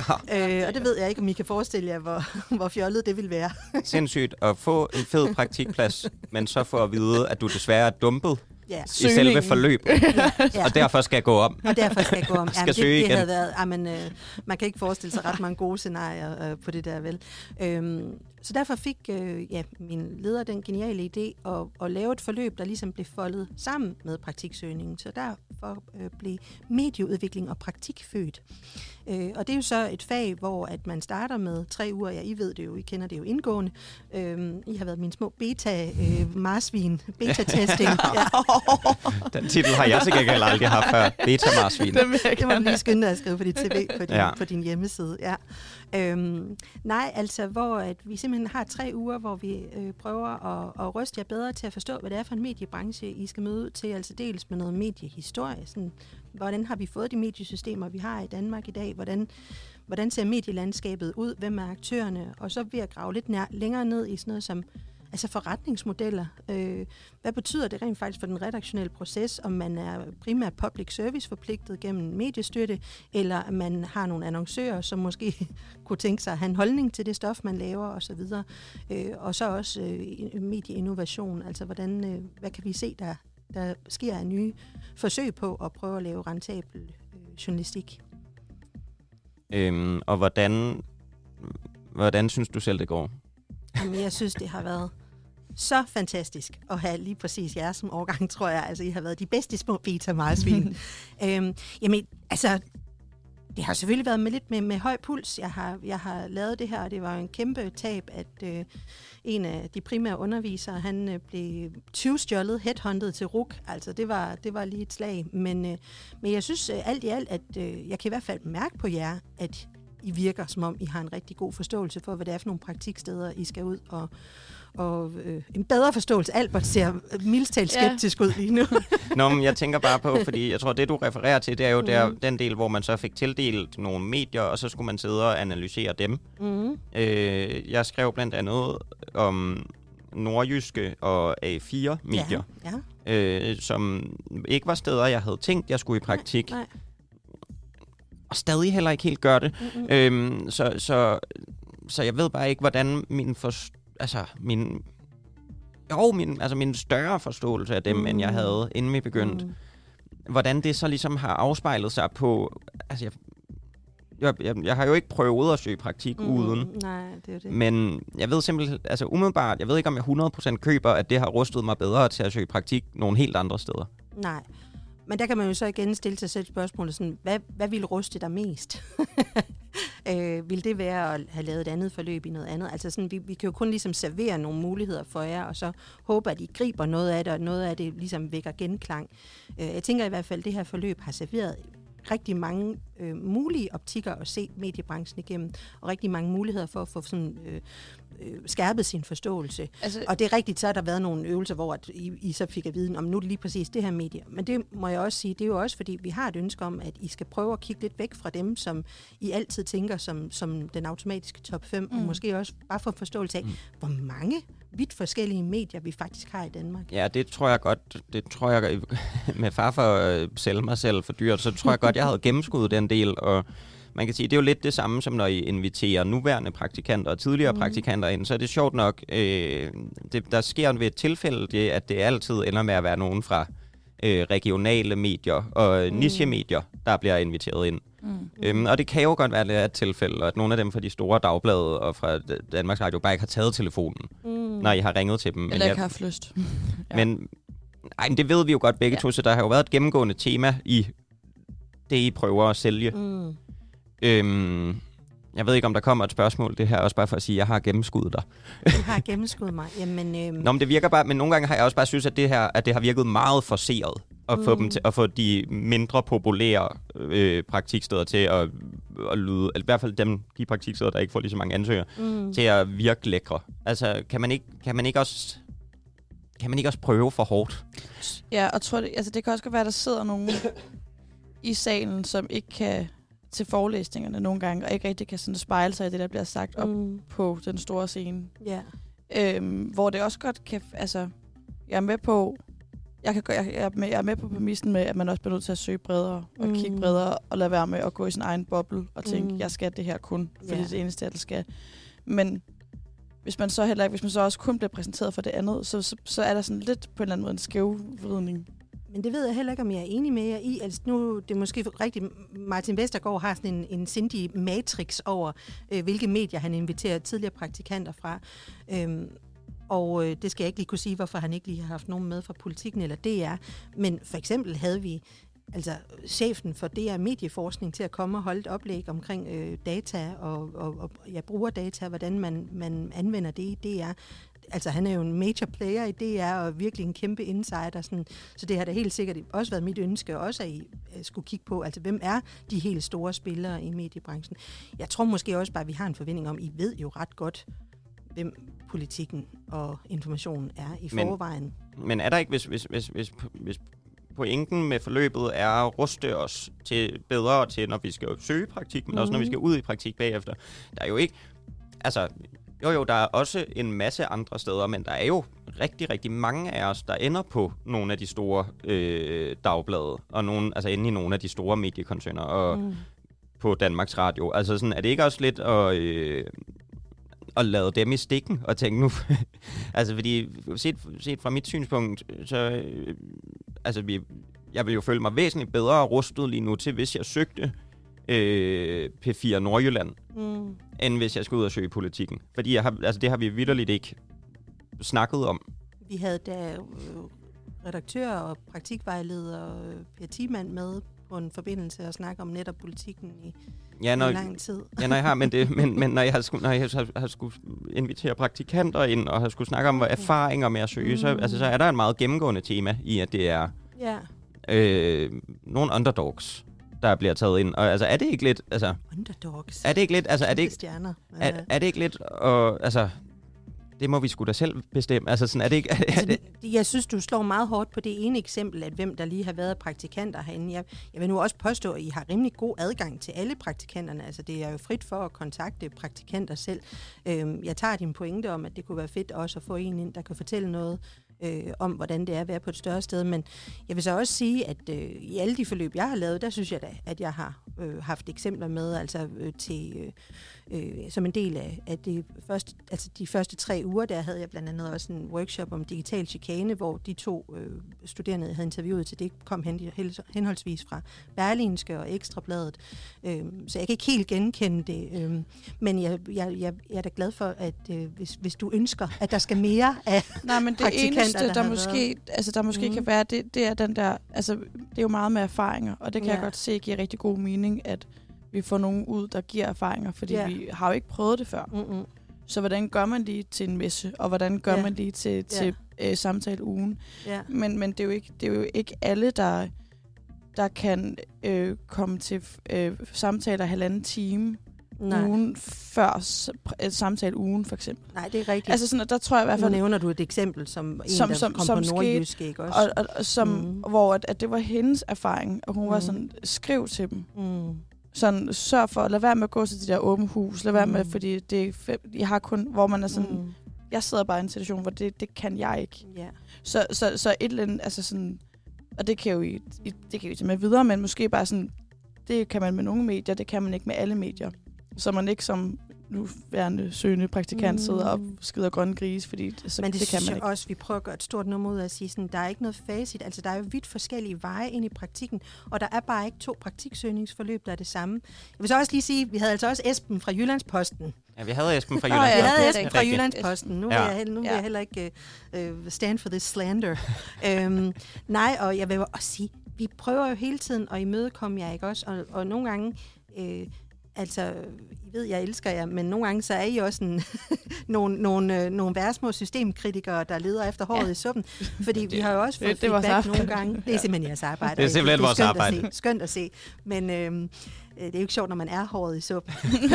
Ja, Øh, og det ved jeg ikke, om I kan forestille jer, hvor, hvor fjollet det ville være. sindssygt at få en fed praktikplads, men så få at vide, at du desværre er dumpet Ja. i selve Søgningen. forløbet, Ja. og derfor skal jeg gå om. Og derfor skal jeg gå om. Skal Jamen, det, søge det igen. havde været, amen, øh, man kan ikke forestille sig ret mange gode scenarier øh, på det der, vel? Øhm, så derfor fik øh, ja, min leder den geniale idé at, at lave et forløb, der ligesom blev foldet sammen med praktiksøgningen. Så der for at blive medieudvikling og praktikfødt. Øh, og det er jo så et fag, hvor at man starter med tre uger. Ja, I ved det jo, I kender det jo indgående. Øh, I har været mine små beta-marsvin, øh, beta-testing. Ja. Den titel har jeg sikkert aldrig haft før. Beta-marsvin. Det må du lige skynde dig at skrive på dit C V på din, ja. på din hjemmeside. Ja. Øhm, nej, altså hvor at vi simpelthen har tre uger, hvor vi øh, prøver at, at ryste jer bedre til at forstå, hvad det er for en mediebranche, I skal møde ud til. Altså dels med noget mediehistorie. Sådan, hvordan har vi fået de mediesystemer, vi har i Danmark i dag? Hvordan, hvordan ser medielandskabet ud? Hvem er aktørerne? Og så vil jeg grave lidt nær, længere ned i sådan noget som altså forretningsmodeller. Øh, hvad betyder det rent faktisk for den redaktionelle proces, om man er primært public service forpligtet gennem mediestøtte, eller man har nogle annoncører, som måske kunne tænke sig at have en holdning til det stof, man laver osv. Øh, og så også øh, medieinnovation, altså hvordan, øh, hvad kan vi se, der, der sker af nye forsøg på at prøve at lave rentabel øh, journalistik. Øhm, og hvordan, hvordan synes du selv, det går? Jamen, jeg synes, det har været så fantastisk at have lige præcis jer som årgang, tror jeg. Altså, I har været de bedste små beta-marsvin. øhm, jamen, altså, det har selvfølgelig været med lidt med, med høj puls. Jeg har, jeg har lavet det her, og det var en kæmpe tab, at øh, en af de primære undervisere, han øh, blev tyvstjålet, headhunted til R U C. Altså, det var, det var lige et slag. Men, øh, men jeg synes øh, alt i alt, at øh, jeg kan i hvert fald mærke på jer, at I virker, som om I har en rigtig god forståelse for, hvad det er for nogle praktiksteder, I skal ud, og, og øh, en bedre forståelse. Albert ser mildest talt skeptisk ja. ud lige nu. Nå, men jeg tænker bare på, fordi jeg tror, det du refererer til, det er jo mm. der, den del, hvor man så fik tildelt nogle medier, og så skulle man sidde og analysere dem. Mm. Øh, jeg skrev blandt andet om Nordjyske og A fire medier, ja. Ja. Øh, som ikke var steder, jeg havde tænkt, jeg skulle i praktik. Nej, nej. Og stadig heller ikke helt gør det. Mm-hmm. Øhm, så, så, så jeg ved bare ikke, hvordan min, for, altså, min, jo, min, altså min større forståelse af dem, mm. end jeg havde, inden vi begyndte. Mm. Hvordan det så ligesom har afspejlet sig på... Altså, jeg, jeg, jeg, jeg har jo ikke prøvet at søge praktik mm. uden. Nej, det er det. Men jeg ved simpelthen... Altså umiddelbart, jeg ved ikke, om jeg hundrede procent køber, at det har rustet mig bedre til at søge praktik nogle helt andre steder. Nej. Men der kan man jo så igen stille sig selv spørgsmålet sådan, hvad, hvad vil ruste dig mest? øh, vil det være at have lavet et andet forløb i noget andet? Altså sådan, vi, vi kan jo kun ligesom servere nogle muligheder for jer, og så håbe, at I griber noget af det, og noget af det ligesom vækker genklang. Øh, jeg tænker i hvert fald, at det her forløb har serveret rigtig mange øh, mulige optikker at se mediebranchen igennem, og rigtig mange muligheder for at få sådan, øh, øh, skærpet sin forståelse. Altså, og det er rigtigt, så har der været nogle øvelser, hvor at I, I så fik at vide, om nu er det lige præcis det her medie. Men det må jeg også sige, det er jo også, fordi vi har et ønske om, at I skal prøve at kigge lidt væk fra dem, som I altid tænker som, som den automatiske top fem, mm. og måske også bare få forståelse af, mm. hvor mange vidt forskellige medier, vi faktisk har i Danmark. Ja, det tror jeg godt, det tror jeg, med far for at sælge mig selv for dyrt, så tror jeg godt, jeg havde gennemskuddet den del, og man kan sige, det er jo lidt det samme, som når I inviterer nuværende praktikanter og tidligere mm. praktikanter ind, så er det sjovt nok, øh, det, der sker ved et tilfælde, det, at det altid ender med at være nogen fra øh, regionale medier og mm. niche-medier, der bliver inviteret ind. Mm. Øhm, og det kan jo godt være, at det er et tilfælde, og at nogle af dem fra de store dagblade og fra Danmarks Radio bare ikke har taget telefonen, mm. når I har ringet til dem. Eller ikke har haft lyst. ja. Men, ej, men det ved vi jo godt begge ja. to, så der har jo været et gennemgående tema i det, I prøver at sælge. Mm. Øhm, jeg ved ikke, om der kommer et spørgsmål. Det her også bare for at sige, at jeg har gennemskuddet dig. Du har gennemskuddet mig. Jamen, øhm... Nå, men det virker bare, men nogle gange har jeg også bare synes, at det her, at det har virket meget forceret at, mm. få, dem til, at få de mindre populære øh, praktiksteder til at, at lyde, eller i hvert fald dem, de praktiksteder, der ikke får lige så mange ansøgere, mm. til at virke lækre. Altså, kan man ikke, kan man ikke også... Kan man ikke også prøve for hårdt? Ja, og tror det, altså det kan også godt være, at der sidder nogen i salen, som ikke kan til forelæsningerne nogle gange, og ikke rigtig kan sådan spejle sig i det, der bliver sagt op mm. på den store scene. Ja. Øhm, hvor det også godt kan... Altså, jeg er med på... Jeg, kan, jeg, jeg, er med, jeg er med på præmissen med, at man også bliver nødt til at søge bredere, og mm. kigge bredere, og lade være med at gå i sin egen boble, og tænke, mm. jeg skal det her kun, fordi yeah. det er det eneste, jeg skal. Men hvis man så heller ikke, hvis man så også kun bliver præsenteret for det andet, så, så, så er der sådan lidt på en eller anden måde en skævvridning. Men det ved jeg heller ikke, om jeg er enig med jer i. Altså nu, det er måske rigtigt, Martin Vestergaard har sådan en, en sindig matrix over, øh, hvilke medier han inviterer tidligere praktikanter fra. Øhm, og øh, det skal jeg ikke lige kunne sige, hvorfor han ikke lige har haft nogen med fra Politikken eller D R. Men for eksempel havde vi altså chefen for D R Medieforskning til at komme og holde et oplæg omkring øh, data og, og, og ja, brugerdata, hvordan man, man anvender det i D R. Altså han er jo en major player i D R og virkelig en kæmpe insider, sådan, så det har da helt sikkert også været mit ønske også, at I uh, skulle kigge på, altså hvem er de helt store spillere i mediebranchen. Jeg tror måske også bare, at vi har en forventning om, I ved jo ret godt, hvem politikken og informationen er i men, forvejen. Men er der ikke, hvis, hvis, hvis, hvis, hvis pointen med forløbet er at ruste os til bedre til, når vi skal søge praktik, men mm-hmm. også når vi skal ud i praktik bagefter. Der er jo ikke, altså, jo jo, der er også en masse andre steder, men der er jo rigtig, rigtig mange af os, der ender på nogle af de store øh, dagblade, og nogle, altså inde i nogle af de store mediekoncerner, og mm. på Danmarks Radio. Altså sådan, er det ikke også lidt at... Øh, og lade dem i stikken og tænke nu, altså fordi set, set fra mit synspunkt, så øh, altså vi, jeg vil jo føle mig væsentligt bedre rustet lige nu til, hvis jeg søgte øh, P fire Nordjylland, mm. end hvis jeg skulle ud og søge politikken. Fordi jeg har, altså det har vi vitterligt ikke snakket om. Vi havde da øh, redaktør og praktikvejleder og Per Thimann med på en forbindelse og snakke om netop politikken i Ja, når, lang tid. ja, når jeg har, men, det, men, men når jeg har, sku, når jeg har, har skulle invitere praktikanter ind og har skulle snakke om erfaringer med at søge, mm. så, altså, så er der et meget gennemgående tema i, at det er ja. øh, nogle underdogs, der bliver taget ind. Og altså, er det ikke lidt... Altså, underdogs? Er det ikke lidt... Altså, er det ikke, stjerner. Er, er det ikke lidt... Og, altså, det må vi sgu da selv bestemme. Altså, sådan, er det ikke... Er, altså, er det, jeg synes, du slår meget hårdt på det ene eksempel, at hvem der lige har været praktikanter herinde. Jeg, jeg vil nu også påstå, at I har rimelig god adgang til alle praktikanterne. Altså, det er jo frit for at kontakte praktikanter selv. Øhm, jeg tager din pointe om, at det kunne være fedt også at få en ind, der kan fortælle noget øh, om, hvordan det er at være på et større sted. Men jeg vil så også sige, at øh, i alle de forløb, jeg har lavet, der synes jeg da, at jeg har øh, haft eksempler med, altså øh, til... Øh, Øh, som en del af, af det første, altså de første tre uger, der havde jeg blandt andet også en workshop om digital chikane, hvor de to øh, studerende, jeg havde interviewet til det, kom hen, henholdsvis fra Berlingske og Ekstrabladet. Øh, så jeg kan ikke helt genkende det, øh, men jeg, jeg, jeg, jeg er da glad for, at øh, hvis, hvis du ønsker, at der skal mere af Nej, men det eneste, der, der måske, altså, der måske mm. kan være, det, det er den der, altså det er jo meget med erfaringer, og det kan ja. jeg godt se giver rigtig god mening, at vi får nogen ud, der giver erfaringer, fordi yeah. vi har jo ikke prøvet det før. Mm-hmm. Så hvordan gør man lige til en messe, og hvordan gør yeah. man lige til, til yeah. øh, samtaleugen? Yeah. Men, men det, er jo ikke, det er jo ikke alle, der, der kan øh, komme til øh, samtaler halvanden time Nej. ugen før øh, samtaleugen, for eksempel. Nej, det er rigtigt. Altså sådan, der tror jeg i hvert fald... Nu nævner du et eksempel, som en, som, der som, kom som på nordjysk, ikke også? Og, og, og som, mm. hvor at, at det var hendes erfaring, og hun mm. var sådan, skriv til dem. Mm. Sådan, sørg for at lade være med at gå til de der åbne hus. Lad være mm. med, fordi det er fem, jeg har kun, hvor man er sådan, mm. jeg sidder bare i en situation, hvor det, det kan jeg ikke. Yeah. Så, så, så et eller andet, altså sådan, og det kan jo i, i, det kan jo tage med videre, men måske bare sådan, det kan man med nogle medier, det kan man ikke med alle medier. Så man ikke som nuværende søgende praktikant mm. sidder og skider grønne grise, fordi det, så, Men det, det kan man ikke. Også, vi prøver at gøre et stort nummer ud af at sige, sådan, der er ikke noget facit, altså der er jo vidt forskellige veje ind i praktikken, og der er bare ikke to praktiksøgningsforløb, der er det samme. Jeg vil så også lige sige, vi havde altså også Esben fra Jyllandsposten. Ja, vi havde Esben fra Jyllandsposten. Vi havde Esben fra Jyllandsposten. Nu vil ja. jeg, nu vil jeg heller ikke uh, stand for this slander. um, nej, og jeg vil også sige, vi prøver jo hele tiden at imødekomme jer, ikke også? Og, og nogle gange... Øh, Altså, I ved, jeg elsker jer, men nogle gange så er I også en, nogle, nogle, øh, nogle værsmå systemkritikere, der leder efter håret ja. i suppen. Fordi vi har jo også fået det, det feedback nogle gange. Det er simpelthen jeres arbejde. Det er simpelthen vores arbejde. At se, skønt at se. Men øh, det er jo ikke sjovt, når man er håret i suppen.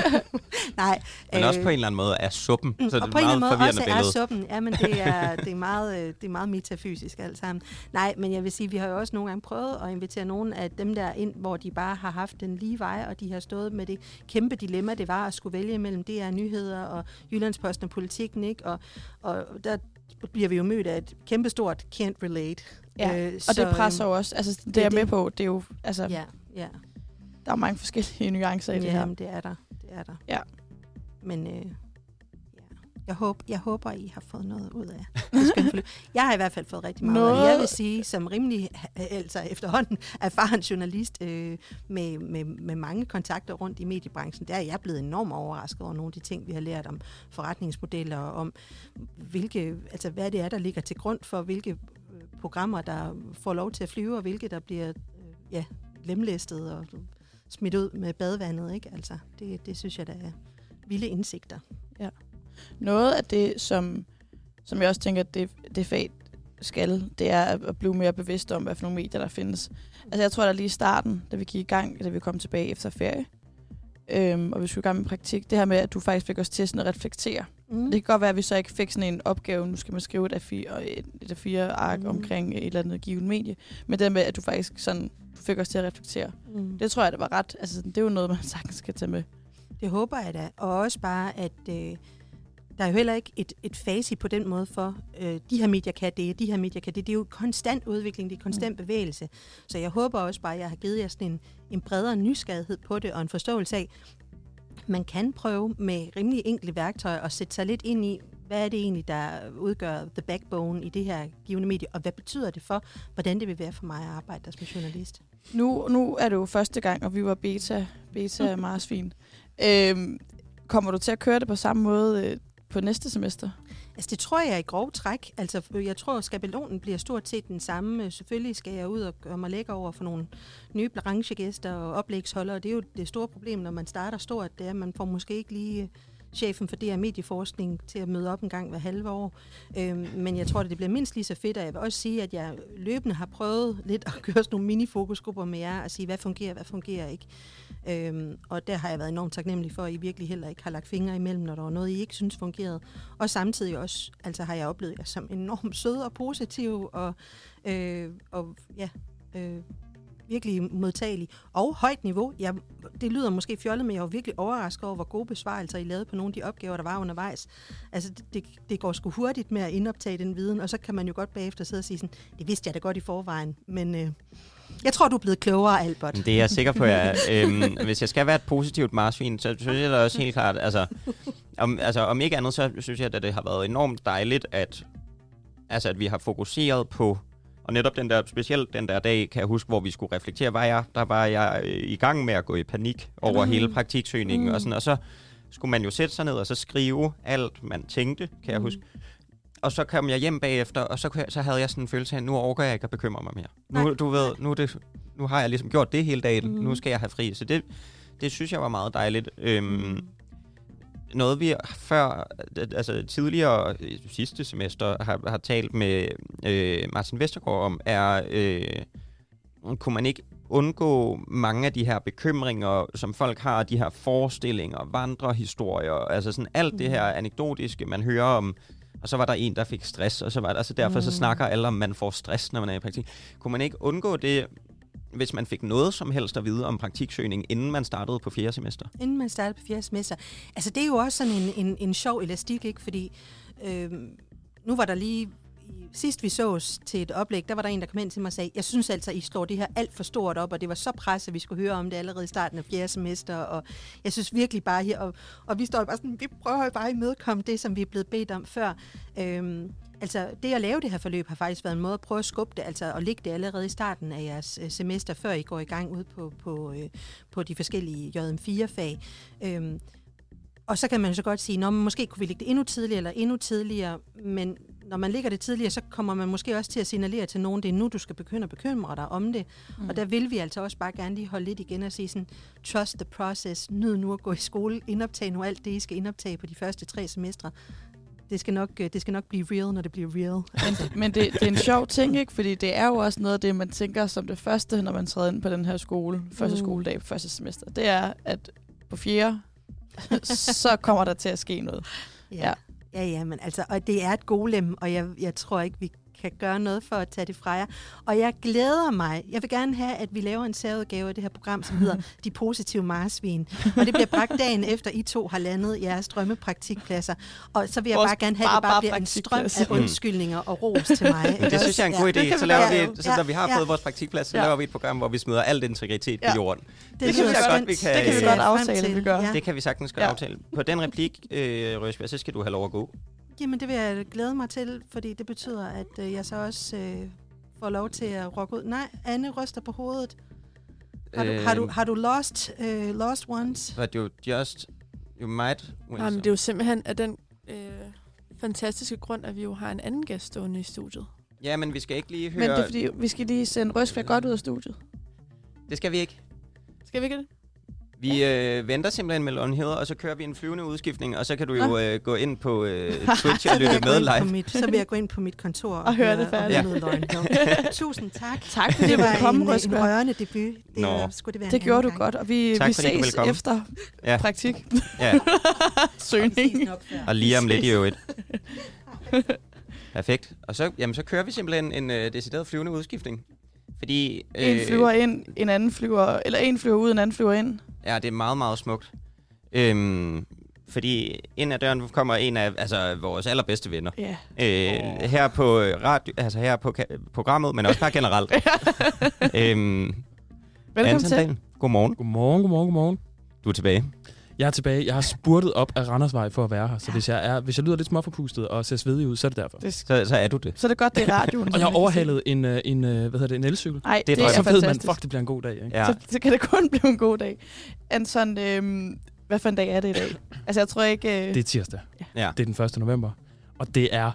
Nej. Men øh, også på en eller anden måde er suppen. Så og det er på en eller anden måde også billede. er suppen. Ja, men det er, det, er meget, det er meget metafysisk alt sammen. Nej, men jeg vil sige, vi har jo også nogle gange prøvet at invitere nogle af dem der ind, hvor de bare har haft den lige vej, og de har stået med det kæmpe dilemma, det var at skulle vælge mellem D R Nyheder og Jyllandsposten og Politikken, ikke? Og, og der bliver vi jo mødt af et kæmpestort can't relate. Ja, øh, og så, det presser jo også. Altså, det, det er jeg med på. Det er jo, altså, ja, ja. Der er mange forskellige nuancer i det her. Jamen, det er der. Det er der. Ja. Men øh, ja. jeg, håber, jeg håber, I har fået noget ud af det. Jeg har i hvert fald fået rigtig meget. Noget. Jeg vil sige, som rimelig, altså efterhånden erfaren journalist øh, med, med, med mange kontakter rundt i mediebranchen, der er jeg blevet enormt overrasket over nogle af de ting, vi har lært om forretningsmodeller, og om hvilke, altså hvad det er, der ligger til grund for, hvilke programmer, der får lov til at flyve, og hvilke, der bliver ja, lemlæstet og smidt ud med badevandet, ikke? Altså, det, det synes jeg, der er vilde indsigter. Ja. Noget af det, som, som jeg også tænker, at det, det fag skal, det er at blive mere bevidst om, hvad for nogle medier, der findes. Altså, jeg tror, der lige i starten, da vi gik i gang, da vi kom tilbage efter ferie, øhm, og vi skulle i gang med praktik, det her med, at du faktisk fik os til sådan at reflektere. Mm. Det kan godt være, at vi så ikke fik sådan en opgave, nu skal man skrive et A fire, et A fire ark mm. omkring et eller andet givet medie, men det med, at du faktisk sådan, du fik os til at reflektere. Mm. Det tror jeg, det var ret, altså det er jo noget, man sagtens skal tage med. Det håber jeg da, og også bare, at øh, der er jo heller ikke et, et facit på den måde for, øh, de her medier kan det, de her medier kan det. Det er jo konstant udvikling, det er konstant mm. bevægelse. Så jeg håber også bare, at jeg har givet jer sådan en, en bredere nysgerrighed på det, og en forståelse af, man kan prøve med rimelig enkle værktøjer at sætte sig lidt ind i, hvad er det egentlig, der udgør the backbone i det her givende medie, og hvad betyder det for, hvordan det vil være for mig at arbejde der som journalist? Nu, nu er det jo første gang, og vi var beta, beta marsvin. Øhm, kommer du til at køre det på samme måde øh, på næste semester? Altså det tror jeg er i grov træk. Altså jeg tror, at skabelonen bliver stort set den samme. Selvfølgelig skal jeg ud og gøre mig lækker over for nogle nye branchegæster og oplægsholdere. Det er jo det store problem, når man starter stort, det er, at man får måske ikke lige chefen for D R medieforskning til at møde op en gang hver halve år. Øhm, men jeg tror, at det bliver mindst lige så fedt, og jeg vil også sige, at jeg løbende har prøvet lidt at køre sådan nogle mini-fokusgrupper med jer og sige, hvad fungerer, hvad fungerer ikke. Øhm, og der har jeg været enormt taknemmelig for, at I virkelig heller ikke har lagt fingre imellem, når der var noget, I ikke synes fungerede. Og samtidig også, altså har jeg oplevet jer som enormt søde og positiv, og, øh, og ja... Øh, virkelig modtagelig og højt niveau. Jeg, det lyder måske fjollet, men jeg var virkelig overrasket over, hvor gode besvarelser I lavede på nogle af de opgaver, der var undervejs. Altså, det, det, det går sgu hurtigt med at indoptage den viden, og så kan man jo godt bagefter sidde og sige sådan, det vidste jeg da godt i forvejen, men øh, jeg tror, du er blevet klogere, Albert. Det er jeg sikker på, jeg øhm, hvis jeg skal være et positivt marsvin, så synes jeg da også helt klart, altså om, altså, om ikke andet, så synes jeg, at det har været enormt dejligt, at, altså, at vi har fokuseret på. Og netop den der, specielt den der dag, kan jeg huske, hvor vi skulle reflektere, var jeg, der var jeg øh, i gang med at gå i panik over mm. hele praktiksøgningen, mm. og sådan, og så skulle man jo sætte sig ned og så skrive alt, man tænkte, kan mm. jeg huske. Og så kom jeg hjem bagefter, og så, jeg, så havde jeg sådan en følelse af, nu overgår jeg ikke at bekymre mig mere. Nu, du ved, nu, det, nu har jeg ligesom gjort det hele dagen, mm. nu skal jeg have fri. Så det, det synes jeg var meget dejligt. Øhm, mm. Noget vi før, altså tidligere sidste semester har, har talt med øh, Martin Vestergaard om, er, øh, kunne man ikke undgå mange af de her bekymringer, som folk har, de her forestillinger, vandrehistorier, altså sådan alt det her anekdotiske, man hører om, og så var der en, der fik stress, og så var der, altså derfor mm. så snakker alle om, man får stress, når man er i praktik. Kunne man ikke undgå det, hvis man fik noget som helst at vide om praktiksøgning, inden man startede på fjerde semester? Inden man startede på fjerde semester. Altså, det er jo også sådan en, en, en sjov elastik, ikke? Fordi øh, nu var der lige, sidst vi sås til et oplæg, der var der en, der kom ind til mig og sagde, jeg synes altså, I slår det her alt for stort op, og det var så pres, at vi skulle høre om det allerede i starten af fjerde semester, og jeg synes virkelig bare her, og, og vi står bare sådan, vi prøver bare at imødekomme det, som vi er blevet bedt om før. Øh, Altså, det at lave det her forløb har faktisk været en måde at prøve at skubbe det, altså at lægge det allerede i starten af jeres øh, semester, før I går i gang ud på, på, øh, på de forskellige J M fire-fag. Øhm, og så kan man så godt sige, nå, måske kunne vi lægge det endnu tidligere eller endnu tidligere, men når man lægger det tidligere, så kommer man måske også til at signalere til nogen, det er nu, du skal begynde at bekymre dig om det. Mm. Og der vil vi altså også bare gerne lige holde lidt igen og sige sådan, trust the process, nyd nu at gå i skole, indoptage nu alt det, I skal indoptage på de første tre semestre. Det skal, nok, det skal nok blive real, når det bliver real. Men, men det, det er en sjov ting, ikke? Fordi det er jo også noget af det, man tænker som det første, når man træder ind på den her skole, første mm. skoledag på første semester. Det er, at på fjerde, så kommer der til at ske noget. Ja, ja, ja, ja men altså, og det er et golem, og jeg, jeg tror ikke, vi kan gøre noget for at tage det fra jer. Og jeg glæder mig. Jeg vil gerne have, at vi laver en særudgave af det her program, som hedder De Positive Marsvin. Og det bliver bragt dagen efter, I to har landet jeres drømmepraktikpladser. Og så vil jeg bare gerne have, at det bare bliver en strøm af undskyldninger og ros til mig. Det synes jeg er en god idé. Så laver vi, et, så når vi har fået vores praktikplads, så laver vi et program, hvor vi smider alt integritet på jorden. Det, det synes jeg godt, vi kan, det kan vi godt aftale, at vi gør. Det kan vi sagtens godt aftale. På den replik, øh, Røsbjerg, så skal du have lov at gå. Jamen, det vil jeg glæde mig til, fordi det betyder, at øh, jeg så også øh, får lov til at rocke ud. Nej, Anne ryster på hovedet. Har du, øh, har du, har du lost, øh, lost ones? But you just, you might win. Jamen, det er jo simpelthen af den øh, fantastiske grund, at vi jo har en anden gæst stående i studiet. Ja, men vi skal ikke lige høre... Men det er fordi, vi skal lige sende Røsbjerg godt ud af studiet. Det skal vi ikke. Skal vi ikke det? Vi øh, venter simpelthen med Lonnie Heather, og så kører vi en flyvende udskiftning, og så kan du jo øh, gå ind på øh, Twitch og lytte med live. Mit, så vil jeg gå ind på mit kontor og, og høre det færdigt. Ja. Tusind tak. Tak fordi du kom, Røsbjerg. Det var en, en rørende debut. Det, Nå. skulle det være det gjorde du gang. Godt, og vi, tak, vi fordi, ses efter ja. praktik. Ja. Søgning. Og lige om lidt i øvrigt. Perfekt. Og så, jamen, så kører vi simpelthen en øh, decideret flyvende udskiftning. Fordi, øh, en flyver ind, en anden flyver, eller en flyver ud, en anden flyver ind. Ja, det er meget, meget smukt. Øhm, fordi ind ad døren kommer en af altså, vores allerbedste venner. Yeah. Øh, oh. Her på radio, altså her på programmet, men også bare generelt. øhm, Velkommen til. Godmorgen. Godmorgen, godmorgen, godmorgen. Du er tilbage. Jeg er tilbage. Jeg har spurtet op af Randersvej for at være her, så hvis jeg, er, hvis jeg lyder lidt småforpustet og ser svedig ud, så er det derfor. Det så, så er du det. Så er det godt, det er radioen. Og jeg har overhalet en, en, en, hvad hedder det, en elcykel. Ej, det, det er, så fantastisk. ved man, fuck, det bliver en god dag. Ikke? Ja. Så, så kan det kun blive en god dag. Anton, øhm, hvad for en dag er det i dag? Altså, jeg tror ikke... Øh... Det er tirsdag. Ja. Det er den første november. Og det er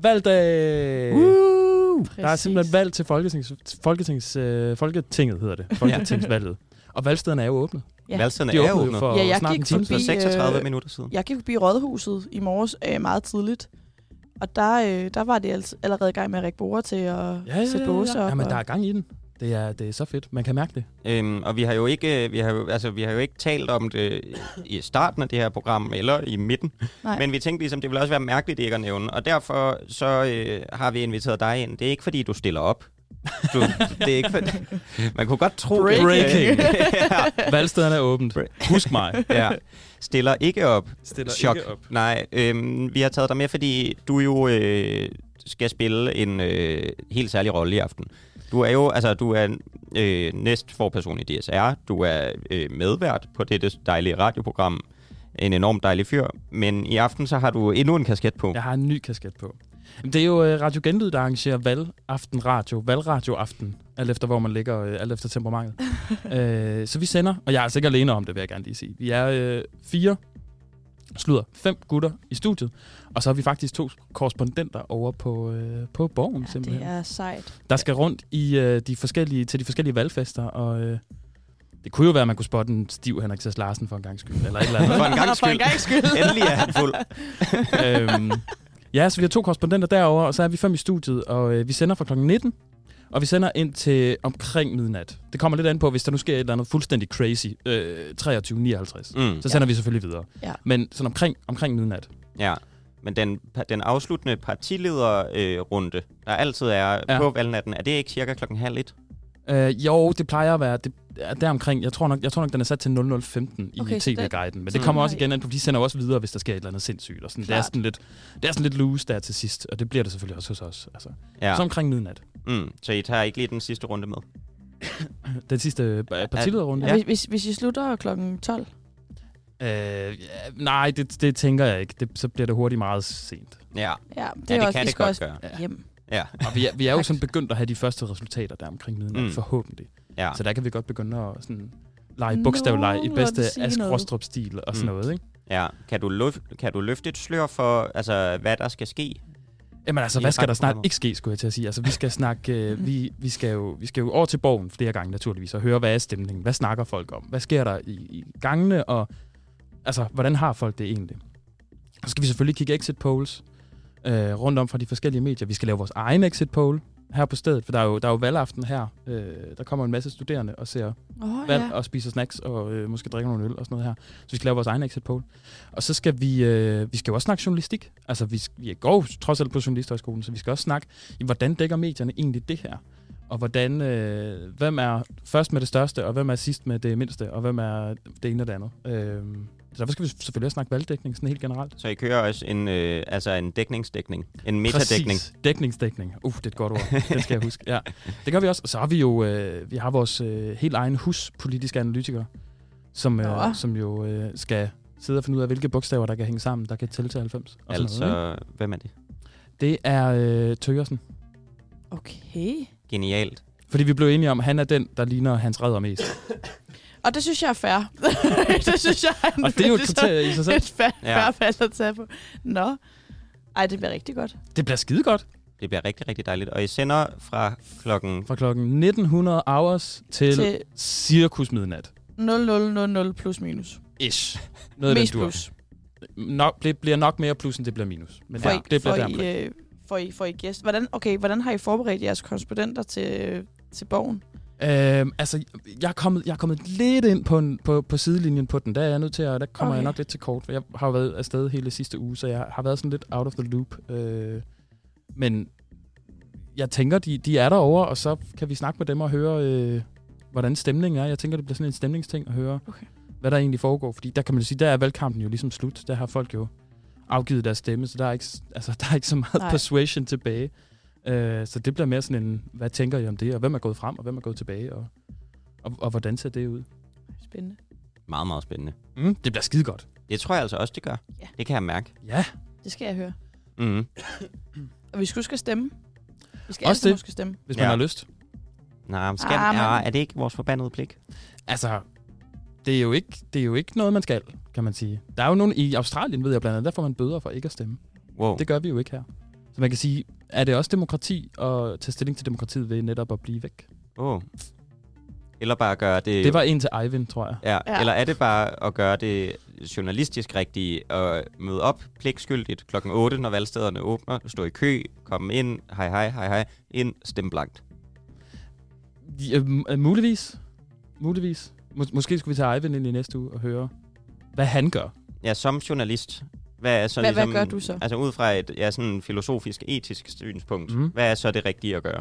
valgdag! Uh, Der er simpelthen valg til Folketings, Folketings, øh, Folketinget, hedder det. Folketingsvalget. Og valgstederne er jo åbnet. Ja. Valgstederne De er åbnede åbnet. for ja, jeg snart gik en time. forbi, for seksogtredive øh, minutter siden. Jeg gik forbi Rådhuset i morges øh, meget tidligt. Og der, øh, der var de altså allerede i gang med at række borde til at Ja, ja, sætte ja, båse ja. op. Jamen, og... der er gang i den. Det er, det er så fedt. Man kan mærke det. Øhm, og vi har jo ikke, vi har jo, altså, vi har jo ikke talt om det i starten af det her program, eller i midten. Nej. Men vi tænkte ligesom, det ville også være mærkeligt ikke at nævne. Og derfor så øh, har vi inviteret dig ind. Det er ikke fordi, du stiller op. Du, det er ikke for, man kunne godt tro Breaking. det. ja. Valgstederne er åbent. Husk mig. Ja. Stiller ikke op. Stiller Chok. ikke op. Nej, øhm, vi har taget dig med, fordi du jo øh, skal spille en øh, helt særlig rolle i aften. Du er jo, altså du er øh, næstforperson i D S R. Du er øh, medvært på dette dejlige radioprogram. En enormt dejlig fyr. Men i aften så har du endnu en kasket på. Jeg har en ny kasket på. Det er jo uh, Radio Genlyd, der arrangerer valgaften radio, valgradioaften, alt efter hvor man ligger, uh, alt efter temperamentet. uh, så vi sender, og jeg er altså ikke alene om det, vil jeg gerne lige sige. Vi er uh, fire, slutter, fem gutter i studiet, og så har vi faktisk to korrespondenter over på, uh, på Borgen, Ja, simpelthen. det er sejt. Der skal rundt i uh, de forskellige, til de forskellige valgfester, og uh, det kunne jo være, at man kunne spotte en stiv Henrik Sass Larsen for en gang skyld, eller et eller andet. For en gang skyld. For en gang skyld. Endelig er han fuld. øhm, ja, så vi har to korrespondenter derover, og så er vi fem i studiet, og øh, vi sender fra klokken nitten, og vi sender ind til omkring midnat. Det kommer lidt an på, hvis der nu sker et eller andet fuldstændig crazy, øh, treogtyve nioghalvtreds, mm. så sender ja. vi selvfølgelig videre. Ja. Men sådan omkring, omkring midnat. Ja, men den, den afsluttende partilederrunde, øh, der altid er ja. på valgnatten, er det ikke cirka klokken halv et? Øh, jo, det plejer at være det er deromkring. Jeg tror nok, jeg tror nok den er sat til nul nul femten okay, i T V-guiden, men det Mm. kommer også igen an på, de sender også videre, hvis der sker et eller andet sindssygt. Og sådan. Det er sådan lidt, det er sådan lidt loose der til sidst, og det bliver det selvfølgelig også hos os. Altså. Ja. Så omkring midnat. Mm. Så I tager ikke lige den sidste runde med? Den sidste partilederrunde. Ja. Hvis, hvis, hvis I slutter klokken tolv? Øh, ja, nej, det, det tænker jeg ikke. Det, så bliver det hurtigt meget sent. Ja, Ja, det, ja, er det også, kan vi det skal godt også gøre. hjem. Ja. Og vi er, vi er jo sådan begyndt at have de første resultater der omkring midnat, mm. forhåbentlig. Ja. Så der kan vi godt begynde at sådan lege bogstavleje i bedste Ask Rostrup-stil og sådan mm. noget, ikke? Ja, kan du, løf, kan du løfte et slør for, altså, hvad der skal ske? Jamen altså, hvad skal der snart ikke ske, skulle jeg til at sige. Altså, vi skal snakke, øh, vi, vi, skal jo, vi skal jo over til Borgen flere gange naturligvis, og høre, hvad er stemningen? Hvad snakker folk om? Hvad sker der i, i gangene? Og altså, hvordan har folk det egentlig? Så skal vi selvfølgelig kigge exit polls øh, rundt om fra de forskellige medier. Vi skal lave vores egen exit poll her på stedet, for der er jo, der er jo valgaften her. Øh, der kommer en masse studerende og ser oh, valg ja. og spiser snacks og øh, måske drikker nogle øl og sådan noget her. Så vi skal lave vores egen exit poll. Og så skal vi, øh, vi skal jo også snakke journalistik. Altså vi, vi går jo trods alt på Journalisthøjskolen, så vi skal også snakke i, hvordan dækker medierne egentlig det her? Og hvordan, øh, hvem er først med det største, og hvem er sidst med det mindste, og hvem er det ene og det andet. Øh, så derfor skal vi selvfølgelig også snakke valgdækning sådan helt generelt. Så I kører også en, øh, altså en dækningsdækning, en metadækning. Præcis. Dækningsdækning. Uh, det er et godt ord. Det skal jeg huske. Ja. Det gør vi også. Og så har vi jo øh, vi har vores øh, helt egen huspolitiske analytiker, som, øh, som jo øh, skal sidde og finde ud af, hvilke bogstaver, der kan hænge sammen, der kan tælle til halvfems. Og altså, noget, hvem er det? Det er øh, Tøgersen. Okay. Genialt. Fordi vi blev enige om, at han er den, der ligner Hans Redder mest. Og det synes jeg er fair. det synes jeg er en og det er jo et kriterie i sig selv. Et fair, ja. fair fald at tage på. Nå. Ej, det bliver rigtig godt. Det bliver skide godt. Det bliver rigtig, rigtig dejligt. Og I sender fra klokken... Fra klokken nitten hundrede hours til, til cirkus midnat. nul nul nul nul plus minus. Ish. Noget Mest den plus. Nok, det bliver nok mere plus, end det bliver minus. Men for ja, I, det bliver for I, øh, for I, for I gæst. Hvordan, okay, hvordan har I forberedt jeres korrespondenter til, til bogen? Øhm, altså, jeg er, kommet, jeg er kommet lidt ind på, en, på, på sidelinjen på den. Der er jeg nødt til at, der kommer okay. jeg nok lidt til kort. Jeg har jo været afsted hele sidste uge, så jeg har været sådan lidt out of the loop. Øh, men jeg tænker, de, de er derovre, og så kan vi snakke med dem og høre, øh, hvordan stemningen er. Jeg tænker, det bliver sådan en stemningsting at høre, okay. hvad der egentlig foregår. Fordi der kan man sige, der er valgkampen jo ligesom slut. Der har folk jo afgivet deres stemme, så der er ikke, altså, der er ikke så meget Nej. persuasion tilbage. Uh, så det bliver mere sådan en, hvad tænker I om det, og hvem er gået frem, og hvem er gået tilbage, og, og, og hvordan ser det ud? Spændende. Meget, meget spændende. Mm, det bliver skide godt. Det tror jeg altså også, det gør. Ja. Det kan jeg mærke. Ja. Det skal jeg høre. Mm. Og vi skal huske at stemme. Vi skal også altid huske at stemme. Hvis man ja. har lyst. Nej, skal, ah, er, er det ikke vores forbandede pligt? Altså, det er, jo ikke, det er jo ikke noget, man skal, kan man sige. Der er jo nogen i Australien, ved jeg blandt andet, der får man bøder for ikke at stemme. Wow. Det gør vi jo ikke her. Så man kan sige, er det også demokrati at tage stilling til demokratiet ved netop at blive væk? Åh. Oh. Eller bare gøre det... Det var en til Eivind, tror jeg. Ja. ja, eller er det bare at gøre det journalistisk rigtigt og møde op pligtskyldigt klokken otte, når valgstederne åbner, stå i kø, komme ind, hej hej, hej hej, ind, stemme blankt? Ja, m- muligvis. Muligvis. Mås- måske skulle vi tage Eivind ind i næste uge og høre, hvad han gør. Ja, som journalist. Hvad, er så hvad, ligesom, hvad gør du så? Altså ud fra et ja, sådan filosofisk, etisk synspunkt. Mm. Hvad er så det rigtige at gøre?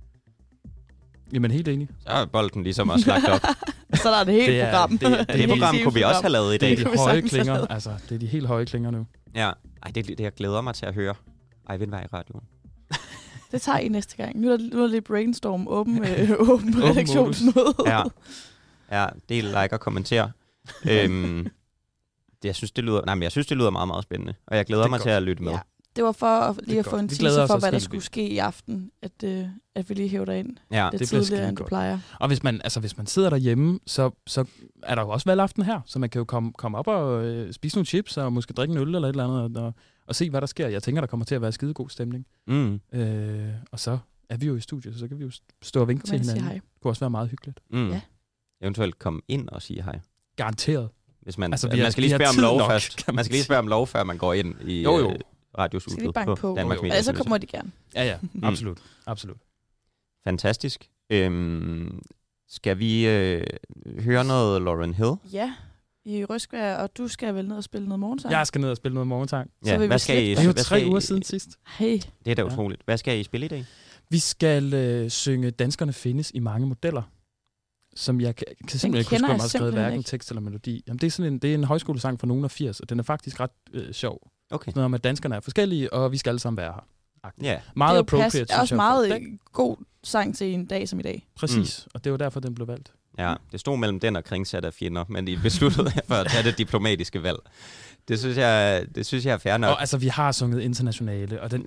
Jamen helt enig. Så er bolden ligesom også lagt op. Så der er det hele det er, program. Det, det, det, det program kunne vi også have lavet i dag. Det er de høje klinger. Altså, det er de helt høje klinger nu. Ja. Ej, det, det jeg glæder mig til at høre. Eivind var i radioen. Det tager I næste gang. Nu er der, nu er der lidt brainstorm, åben, øh, åben redaktionsmøde. Ja. Ja, del, like og kommenter. øhm, det, jeg synes, det lyder, nej, men jeg synes, det lyder meget, meget spændende. Og jeg glæder mig godt til at lytte med. Ja. Det var for at, lige at få en teaser for, hvad der skulle ske i aften, at, øh, at vi lige hæver dig ind. Ja, det, det tidligere, end du plejer. Og hvis man, altså, hvis man sidder derhjemme, så, så er der jo også valgaften her, så man kan jo komme, komme op og øh, spise nogle chips, og måske drikke en øl eller et eller andet, og, og se, hvad der sker. Jeg tænker, der kommer til at være skide god stemning. Mm. Øh, og så er vi jo i studiet, så kan vi jo stå og vinke til hinanden. Det kunne også være meget hyggeligt. Mm. Ja. Eventuelt komme ind og sige hej. Garanteret. Hvis man, altså, man skal lige spørge om lov nok, først. Man, man skal lige spørge om lov, før man går ind i jo, jo. radiostudiet på, på Danmarks Media. Ja, så kommer de gerne. Ja, ja. Mm. Absolut. Absolut. Fantastisk. Øhm, skal vi øh, høre noget Lauryn Hill? Ja, i Røskvær, og du skal vel ned og spille noget morgensang? Jeg skal ned og spille noget morgensang. Ja, hvad skal I, det er jo tre I, uger siden sidst. Hey. Det er da utroligt. Hvad skal I spille i dag? Vi skal øh, synge Danskerne findes i mange modeller, som jeg kan, kan simpelthen ikke huske, om jeg har skrevet hverken tekst eller melodi. Jamen, det er sådan en, det er en højskolesang fra nogen af firs, og den er faktisk ret øh, sjov. Okay. Noget om, at danskerne er forskellige, og vi skal alle sammen være her. Ja. Meget appropriate. Det er også meget god sang til en dag som i dag. Præcis, mm. og det var derfor, den blev valgt. Ja, det stod mellem den og kringsat af fjender, men de besluttede for at tage det diplomatiske valg. Det synes jeg, det synes jeg er fair nok. Og altså, vi har sunget internationale, og den...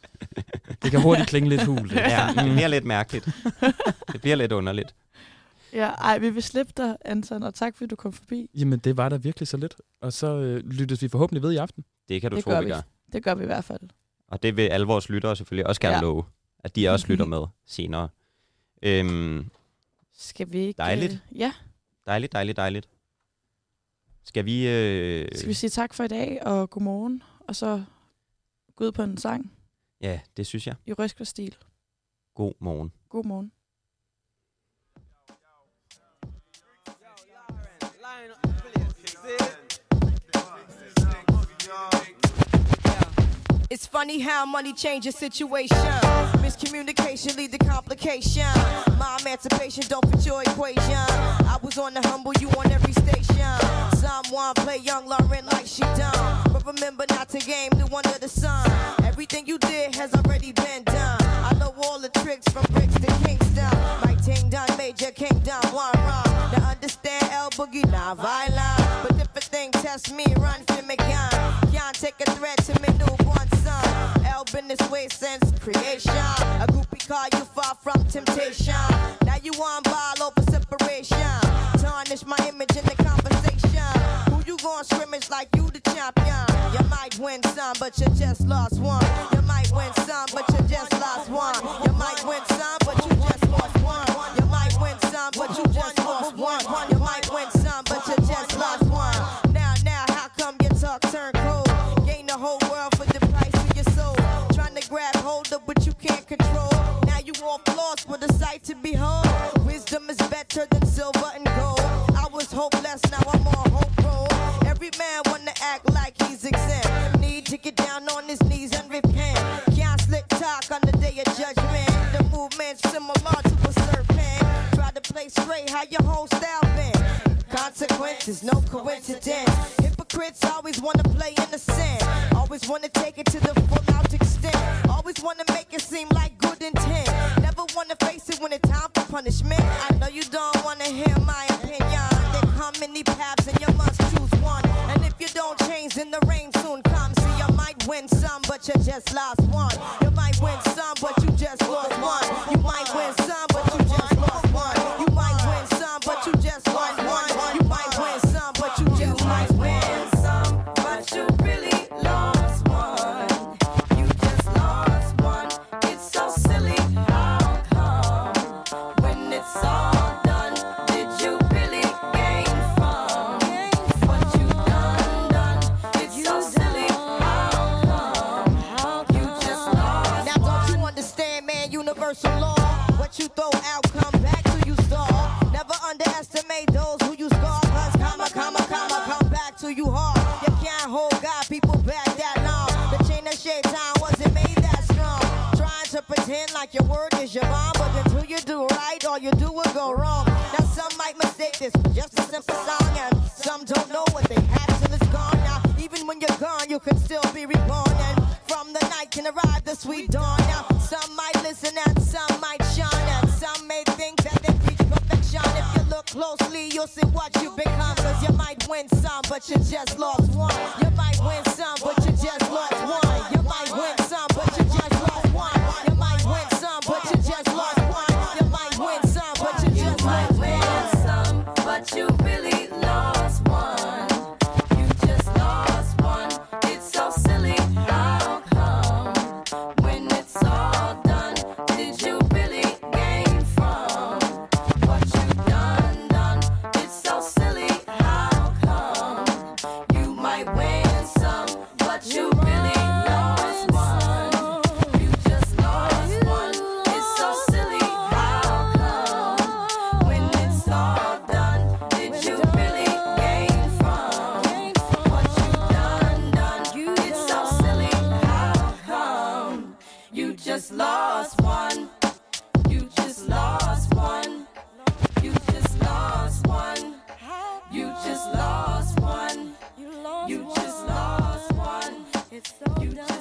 det kan hurtigt klinge lidt hul. Ja, det bliver lidt mærkeligt. Det bliver lidt underligt. Ja, ej, vi vil slippe dig, Anton, og tak fordi du kom forbi. Jamen, det var da virkelig så lidt. Og så øh, lyttes vi forhåbentlig ved i aften. Det kan du det tro, vi gør. Det gør vi i hvert fald. Og det vil alle vores lyttere selvfølgelig også gerne ja. love, at de også lytter med senere. Øhm, Skal vi ikke... Dejligt. Øh, ja. Dejligt, dejligt, dejligt. Skal vi... Øh... Skal vi sige tak for i dag, og godmorgen, og så gå ud på en sang? Ja, det synes jeg. I Røskvær-stil. God morgen. God morgen. It's funny how money changes situation. Miscommunication lead to complication. My emancipation don't fit your equation. I was on the humble, you on every station. Someone play young Lauren like she done, but remember not to game new under the sun. Everything you did has already been done. I know all the tricks from bricks to Kingston. My ting done, major kingdom, one run. Now understand L Boogie, not violent, but different thing test me, run for me gun. Can't take a threat to me newborn son. L been this way since creation. A groupie call you far from temptation. Now you on ball over separation. Tarnish my image in the conversation. Who you gon' scrimmage like you the champion. You might win some, but you just lost one. You might win some, but you just lost one. You might win some, but you just lost one. You might win some, but you just lost one. You might win some, but you just lost one. Now, now, how come your talk turn cold? Gain the whole world for the price of your soul. Trying to grab hold of what you can't control. Now you all lost with a sight to behold. Wisdom is better than silver and gold. I was hopeless, now I'm on hope roll. Every man wanna act like he's exempt. Need to get down on his knees and repent. Can't slick talk on the day of judgment. The movement's similar to a serpent. Try to play straight, how your whole style been. Consequences, no coincidence. Hypocrites always wanna play innocent. Always wanna take it to the full out extent. Always wanna make it seem like good intent. Never wanna face it when it's time for punishment. I know you don't wanna hear my opinion. There come many paths and you must choose one. And if you don't change, then the rain soon comes. See, you might win some, but you just lost one. You might win some, but you just lost one. You might win some, but you just lost one. You might win some, but you just lost one. You might win some, but you just might win some, but you really lost one. You just lost one. It's so silly. How come when it's all done, did you really gain from what you done done? It's so silly. How come you just lost? Now don't you understand, man? Universal law. What you throw out, come back to you stall. Never underestimate those who you scar. Cause comma, comma, comma, come back to you hard. You can't hold God, people back that long. The chain of shaitan wasn't made that strong. Trying to pretend like your word is your bond, but until you do right, all you do will go wrong. Now some might mistake this for just a simple song, and some don't know what they have till it's gone. Now even when you're gone, you can still be reborn, and from the night can arrive the sweet dawn. Now some might listen and some might shine, and some may think that they reach perfection. If you look closely, you'll see what you become. Cause you might win some, but you just lost one. You might win some, but you just lost one. You might win some, but you just lost one. You might win some, but you just lost one. You might win some, but you just lost one. Some, but you really lost one. You just lost one. It's so silly. How come when it's all done, did you really gain from what you done done? It's so silly. How come you might win some, but you really lost one? You just lost one. It's so silly. How come when it's all done, did you really gain from what you done done? It's so silly. How come you just lost one? You just lost one. You just lost one. You just lost one. You just lost one. You just